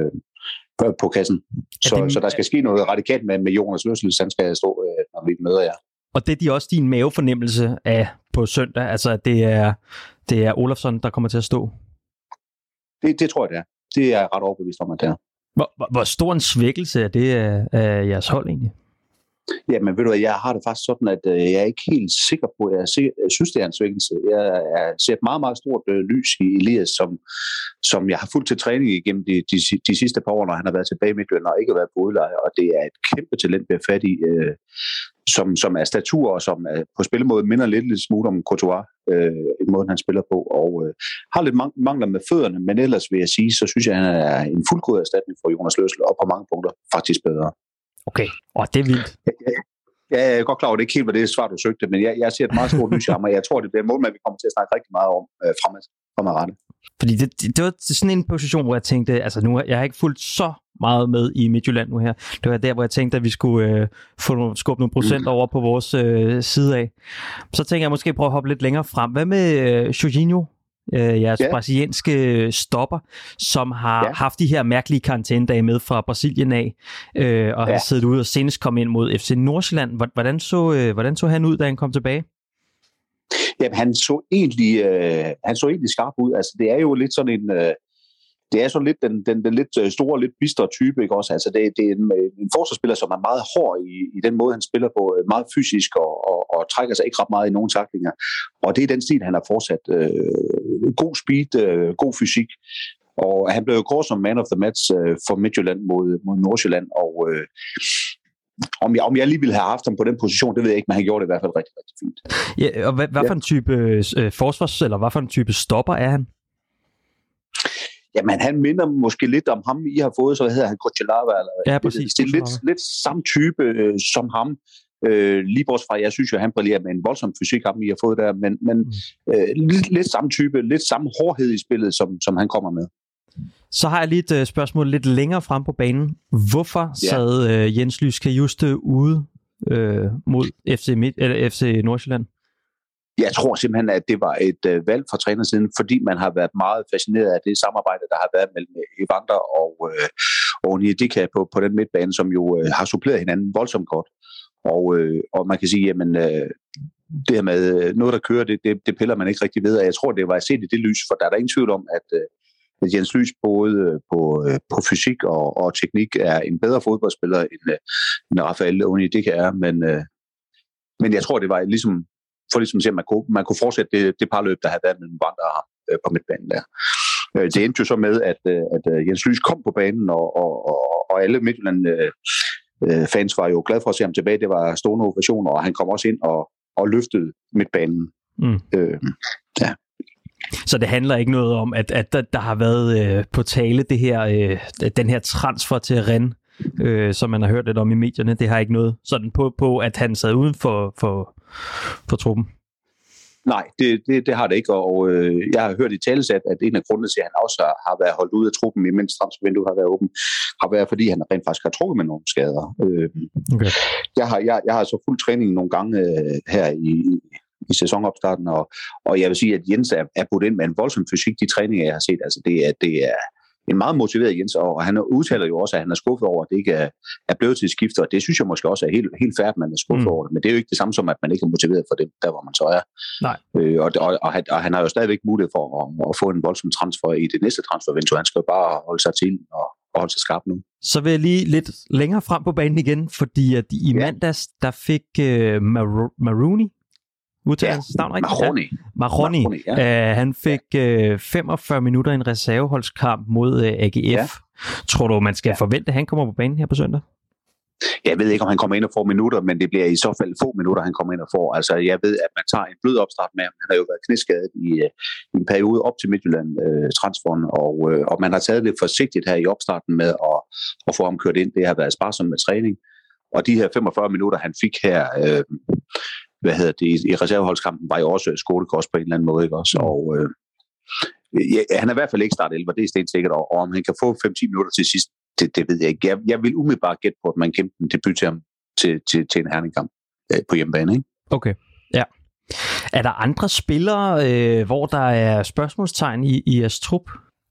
på kassen. Så der skal ske noget radikalt med Jonas Løssel, så han skal stå, når vi møder jer. Og det er også din mavefornemmelse af på søndag, altså at det er Olofsson, der kommer til at stå? Det tror jeg, det er. Det er jeg ret overbevist om, at det er. Hvor stor en svækkelse er det af jeres hold egentlig? Ja, men ved du hvad, jeg har det faktisk sådan, at jeg er ikke helt sikker på, at jeg synes, det er en svækkelse. Jeg ser et meget, meget stort lys i Elias, som jeg har fulgt til træning igennem de sidste par år, når han har været tilbage i Midtjylland og ikke har været på udleje, og det er et kæmpe talent, vi har fat i, som er statur, og som er på spillemåde minder lidt smule om Courtois, en måde, han spiller på, og har lidt mangler med fødderne, men ellers vil jeg sige, så synes jeg, at han er en fuldgod erstatning for Jonas Løssel, og på mange punkter faktisk bedre. Okay, det er vildt. Jeg er godt klar over, at det ikke helt var det svar, du søgte, men jeg ser et meget stort lys i ham, og jeg tror, det bliver en målmand, vi kommer til at snakke rigtig meget om fremadrettet. Fordi det var sådan en position, hvor jeg tænkte, altså nu jeg har ikke fulgt så meget med i Midtjylland nu her. Det var der, hvor jeg tænkte, at vi skulle skubbe nogle procent over på vores side af. Så tænker jeg måske prøve at hoppe lidt længere frem. Hvad med Jorginho? Jeres brasilianske stopper, som har haft de her mærkelige karantænedage med fra Brasilien af, og har siddet ude og senest kom ind mod FC Nordsjælland. Hvordan så han ud, da han kom tilbage? Jamen, han så egentlig skarp ud. Altså, det er jo lidt sådan en... Det er sådan lidt den lidt store, lidt bistre type, ikke også? Altså, det er en forsvarsspiller, som er meget hård i den måde, han spiller på, meget fysisk og trækker sig ikke ret meget i nogle taklinger. Og det er den stil, han har fortsat. God speed, god fysik. Og han blev jo kåret som man of the match for Midtjylland mod Nordsjælland, og om jeg lige ville have haft ham på den position, det ved jeg ikke, men han gjorde det i hvert fald rigtig, rigtig fint. Ja, og hvad for en type eller hvad for en type stopper er han? Jamen, han minder måske lidt om ham, I har fået, så hedder han Kuchelava. Ja, præcis. Det er lidt samme type som ham. Lige bortset fra, jeg synes jo, han brillerer med en voldsom fysik, ham I har fået der, men lidt samme type, lidt samme hårdhed i spillet, som han kommer med. Så har jeg lige et spørgsmål lidt længere frem på banen. Hvorfor sad Jens Lys Kajuste ude mod FC Nordsjælland? Jeg tror simpelthen, at det var et valg fra trænersiden, fordi man har været meget fascineret af det samarbejde, der har været mellem Evander og Onyedika på den midtbane, som jo har suppleret hinanden voldsomt godt. Og man kan sige, jamen det her med noget, der kører, det piller man ikke rigtig ved. Og jeg tror, det var set i det lys, for der er ingen tvivl om, at Jens Lys både på fysik og teknik er en bedre fodboldspiller, end Rafael Onyedika er. Men jeg tror, det var ligesom for ligesom at se, at man kunne fortsætte det parløb, der havde været mellem Wander og ham på midtbanen der. Det endte jo så med, at Jens Lys kom på banen, og alle Midtjylland-fans var jo glade for at se ham tilbage. Det var stående ovation, og han kom også ind og løftede midtbanen. Så det handler ikke noget om, at der har været på tale det her, den her transfer til Rennes, som man har hørt lidt om i medierne. Det har ikke noget sådan på at han sad uden for truppen. Nej, det har det ikke, og jeg har hørt i talesat, at en af grundene til, at han også har været holdt ude af truppen, imens transfervinduet har været åben, har været, fordi han rent faktisk har trukket med nogle skader. Okay. Jeg har så fuld træning nogle gange her i sæsonopstarten, og jeg vil sige, at Jens er på den med en voldsom fysik, de træninger, jeg har set. Altså, det er en meget motiveret Jens, og han udtaler jo også, at han er skuffet over, at det ikke er blevet til skifter, og det synes jeg måske også er helt fair, at man er skuffet over det, men det er jo ikke det samme som, at man ikke er motiveret for det, der hvor man så er. Nej. Og han har jo stadigvæk mulighed for at få en voldsom transfer i det næste transfervindue. Han skal jo bare holde sig til og holde sig skarp nu. Så vil jeg lige lidt længere frem på banen igen, fordi at i mandags, der fik Maroney, Maroni. Ja. Han fik 45 minutter i en reserveholdskamp mod AGF. Ja. Tror du, man skal forvente, at han kommer på banen her på søndag? Jeg ved ikke, om han kommer ind og får minutter, men det bliver i så fald få minutter, han kommer ind og får. Altså, jeg ved, at man tager en blød opstart med ham. Han har jo været knæskadet i en periode op til Midtjylland-transferen, og man har taget det forsigtigt her i opstarten med at få ham kørt ind. Det har været sparsomt med træning. Og de her 45 minutter, han fik her i reserveholdskampen, var jo også skolekost på en eller anden måde, ikke også? Og han er i hvert fald ikke startet 11, det er stensikkert, og om han kan få 5-10 minutter til sidst, det ved jeg ikke. Jeg vil umiddelbart gætte på, at man kæmper en debut til ham til en Herning-kamp på hjemmebane, ikke? Okay, ja. Er der andre spillere, hvor der er spørgsmålstegn i jeres trup?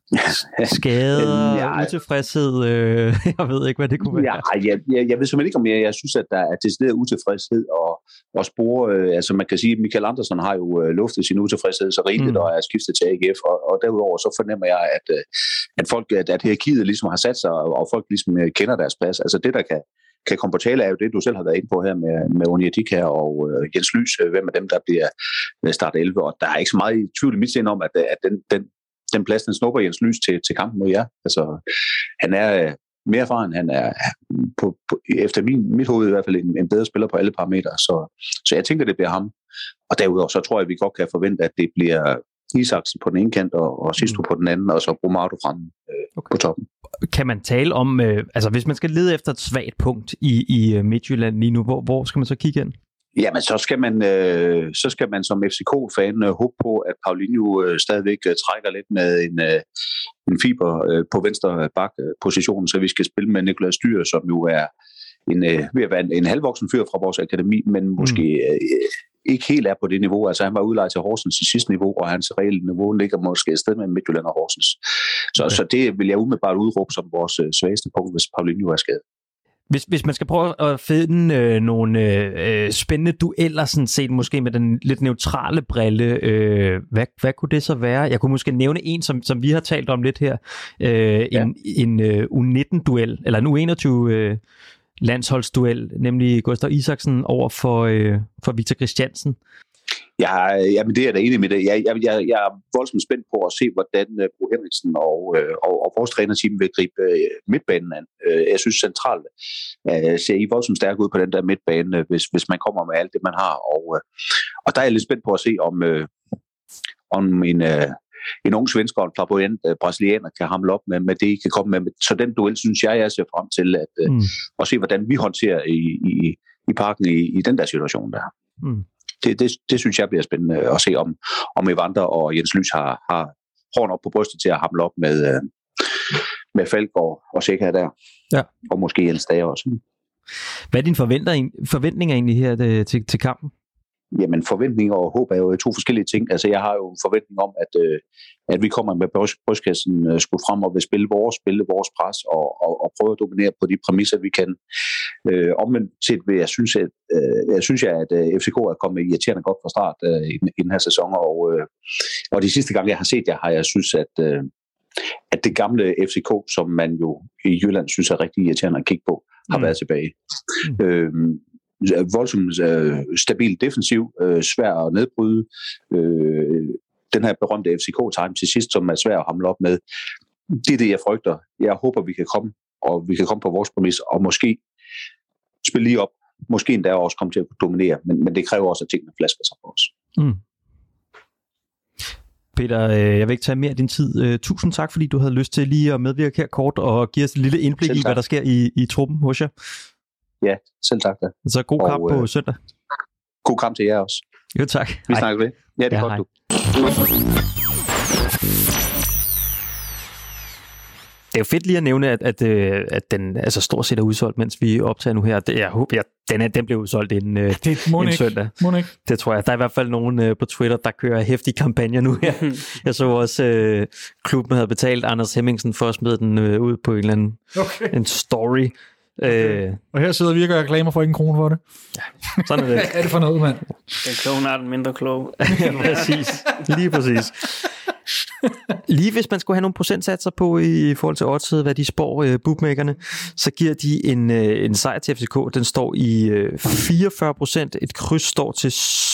Skader, utilfredshed, jeg ved ikke, hvad det kunne være. Jeg ved simpelthen ikke, om jeg synes, at der er decideret utilfredshed og spore. Altså man kan sige, at Michael Andersen har jo luftet sin utilfredshed så rigeligt, og er skiftet til AGF, og derudover så fornemmer jeg, at folk, at hierarkiet ligesom har sat sig, og folk ligesom kender deres plads. Altså det, der kan komme på tale, er jo det, du selv har været inde på her med Onyedika her og Jens Lys, hvem af dem, der bliver start 11, og der er ikke så meget i tvivl i mit sind om, at den plads, den snupper Jens Lys til kampen mod jer. Altså, han er mere erfaren, han er efter mit hoved i hvert fald en bedre spiller på alle parametre, så jeg tænker, det bliver ham. Og derudover, så tror jeg, vi godt kan forvente, at det bliver Isaksen på den ene kant, og Sisto på den anden, og så Brumado frem på toppen. Kan man tale om, altså hvis man skal lede efter et svagt punkt i Midtjylland lige nu, hvor skal man så kigge ind? Jamen, så skal man som FCK-fan håbe på, at Paulinho stadigvæk trækker lidt med en fiber på venstre bak-positionen, så vi skal spille med Nikolaj Styr, som jo er ved at være en halvvoksen fyr fra vores akademi, men måske ikke helt er på det niveau. Altså, han var udlejet til Horsens i sidste niveau, og hans reelle niveau ligger måske et sted med Midtjylland og Horsens. Så det vil jeg umiddelbart udråbe som vores svageste punkt, hvis Paulinho er skadet. Hvis man skal prøve at finde nogle spændende dueller, sådan set måske med den lidt neutrale brille, hvad kunne det så være? Jeg kunne måske nævne en, som vi har talt om lidt her, en U19-duel, eller en U21-landsholdsduel, nemlig Gustav Isaksen over for Victor Christiansen. Jamen det er der enig med det. Jeg er voldsomt spændt på at se, hvordan Bo Henriksen og vores trænerteam vil gribe midtbanen an. Jeg synes centralt ser I voldsomt stærkt ud på den der midtbane, hvis man kommer med alt det, man har. Og der er jeg lidt spændt på at se, om en ung svensker og en flamboyant brasilianer kan hamle op med det, I kan komme med. Så den duel synes jeg ser frem til at se, hvordan vi håndterer i parken i den der situation der. Det synes jeg bliver spændende at se, om Evander og Jens Lys har hården op på brystet til at hamle op med Falk og Sækker der. Ja. Og måske Jens Dager også. Hvad er dine forventninger egentlig her til kampen? Jamen, forventninger og håb er jo to forskellige ting. Altså, jeg har jo en forventning om, at vi kommer med brystkassen skulle frem og vil spille vores pres og prøve at dominere på de præmisser, vi kan. Omvendt set vil jeg synes, at FCK er kommet irriterende godt fra start i den her sæson, og de sidste gange, jeg har set jer, har jeg synes, at det gamle FCK, som man jo i Jylland synes er rigtig irriterende at kigge på, har været tilbage. Voldsomt stabil defensiv, svær at nedbryde. Den her berømte FCK-time til sidst, som er svær at hamle op med. Det er det, jeg frygter. Jeg håber, vi kan komme, og vi kan komme på vores præmis, og måske spille lige op. Måske endda også komme til at dominere, men det kræver også, at tingene flasker sig for os. Peter, jeg vil ikke tage mere af din tid. Tusind tak, fordi du havde lyst til lige at medvirke her kort og give os et lille indblik i, hvad der sker i truppen hos jer. Ja, selv tak da. Så god kamp på søndag. God kamp til jer også. Jo, tak. Vi snakker ved. Ja, det er godt, du. Det er jo fedt lige at nævne, at den altså stort set er udsolgt, mens vi optager nu her. Jeg håber, den blev udsolgt inden søndag. Det tror jeg. Der er i hvert fald nogen på Twitter, der kører hæftige kampagner nu her. Jeg så også, klubben havde betalt Anders Hemmingsen for at smide den ud på en eller anden en story. Okay. Og her sidder vi og gør reklamer for 1 krone for det. Ja, sådan er det. Hvad er det for noget, mand? Den kloge er den mindre klog. Ja, præcis. Lige præcis. Lige hvis man skulle have nogle procentsatser på i forhold til oddset, hvad de spår bookmakerne, så giver de en sejr til FCK. Den står i 44%. Et kryds står til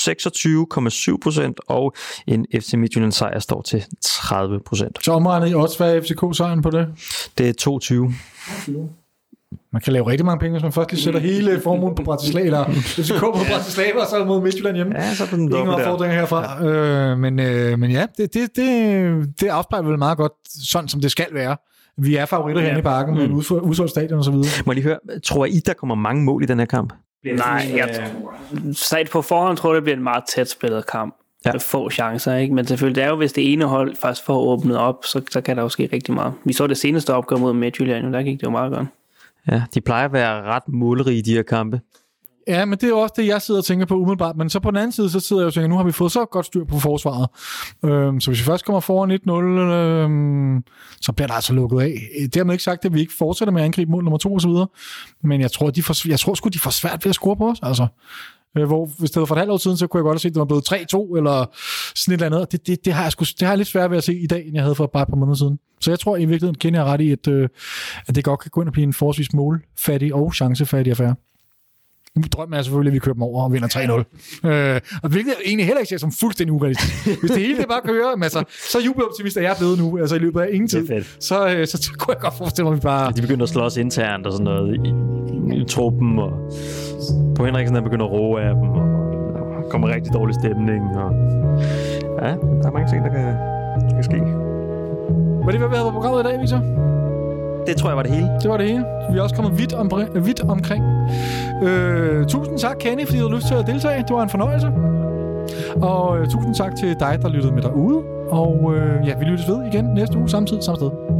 26,7%, og en FC Midtjylland sejr står til 30%. Så omregnet i odds, hvad er FCK-sejren på det? Det er 22. Man kan lave rigtig mange penge, hvis man først lige sætter hele formuen på Bratislava, eller FCK på Bratislava, og så mod Midtjylland hjemme. Ja, så er den ingen opfordringer herfra. Ja. Men ja, det afspejler vel meget godt, sådan som det skal være. Vi er favoritter herinde i parken med en udsolgt stadion og så videre. Må jeg lige høre, tror I, der kommer mange mål i den her kamp? Nej, jeg sat på forhånd tror det bliver en meget tæt spillet kamp. Ja. Få chancer, ikke? Men selvfølgelig, det er jo, hvis det ene hold faktisk får åbnet op, så kan der jo ske rigtig meget. Vi så det seneste opgør mod Midtjylland, og der gik det jo meget godt. Ja, de plejer at være ret målrige, de her kampe. Ja, men det er jo også det, jeg sidder og tænker på umiddelbart. Men så på den anden side, så sidder jeg og tænker, nu har vi fået så godt styr på forsvaret. Så hvis vi først kommer foran 1-0, så bliver der altså lukket af. Dermed ikke sagt, at vi ikke fortsætter med at angribe mål nummer 2 og så videre. Men jeg tror sgu, de får svært ved at score på os. Altså. Hvor hvis det var for et halvt år siden, så kunne jeg godt have set, at det var blevet 3-2 eller sådan et eller andet. Det har jeg lidt svært ved at se i dag, end jeg havde for bare et par måneder siden. Så jeg tror i virkeligheden, kender jeg ret i, at det godt kan gå ind og blive en forholdsvis målfattig og chancefattig affære. Drømmen er selvfølgelig, at vi kører dem over og vinder 3-0. Og hvilket jeg egentlig heller ikke ser som fuldstændig urealistisk. Hvis det hele det bare kører, altså, så jubeloptimist er jeg blevet nu, altså i løbet af ingen tid. Så kunne jeg godt forestille mig, at vi bare... De begynder at slås internt og sådan noget i truppen, og på Henriksen er begynder at roe af dem, og kommer rigtig dårlig stemning. Og... Ja, der er mange ting, der kan ske. Var det, hvad vi havde på programmet i dag, Victor? Det tror jeg var det hele. Det var det hele. Vi er også kommet vidt omkring. Tusind tak, Kenny, fordi du havde lyst til at deltage. Det var en fornøjelse. Og tusind tak til dig, der lyttede med derude. Og vi lyttes ved igen næste uge, samme tid, samme sted.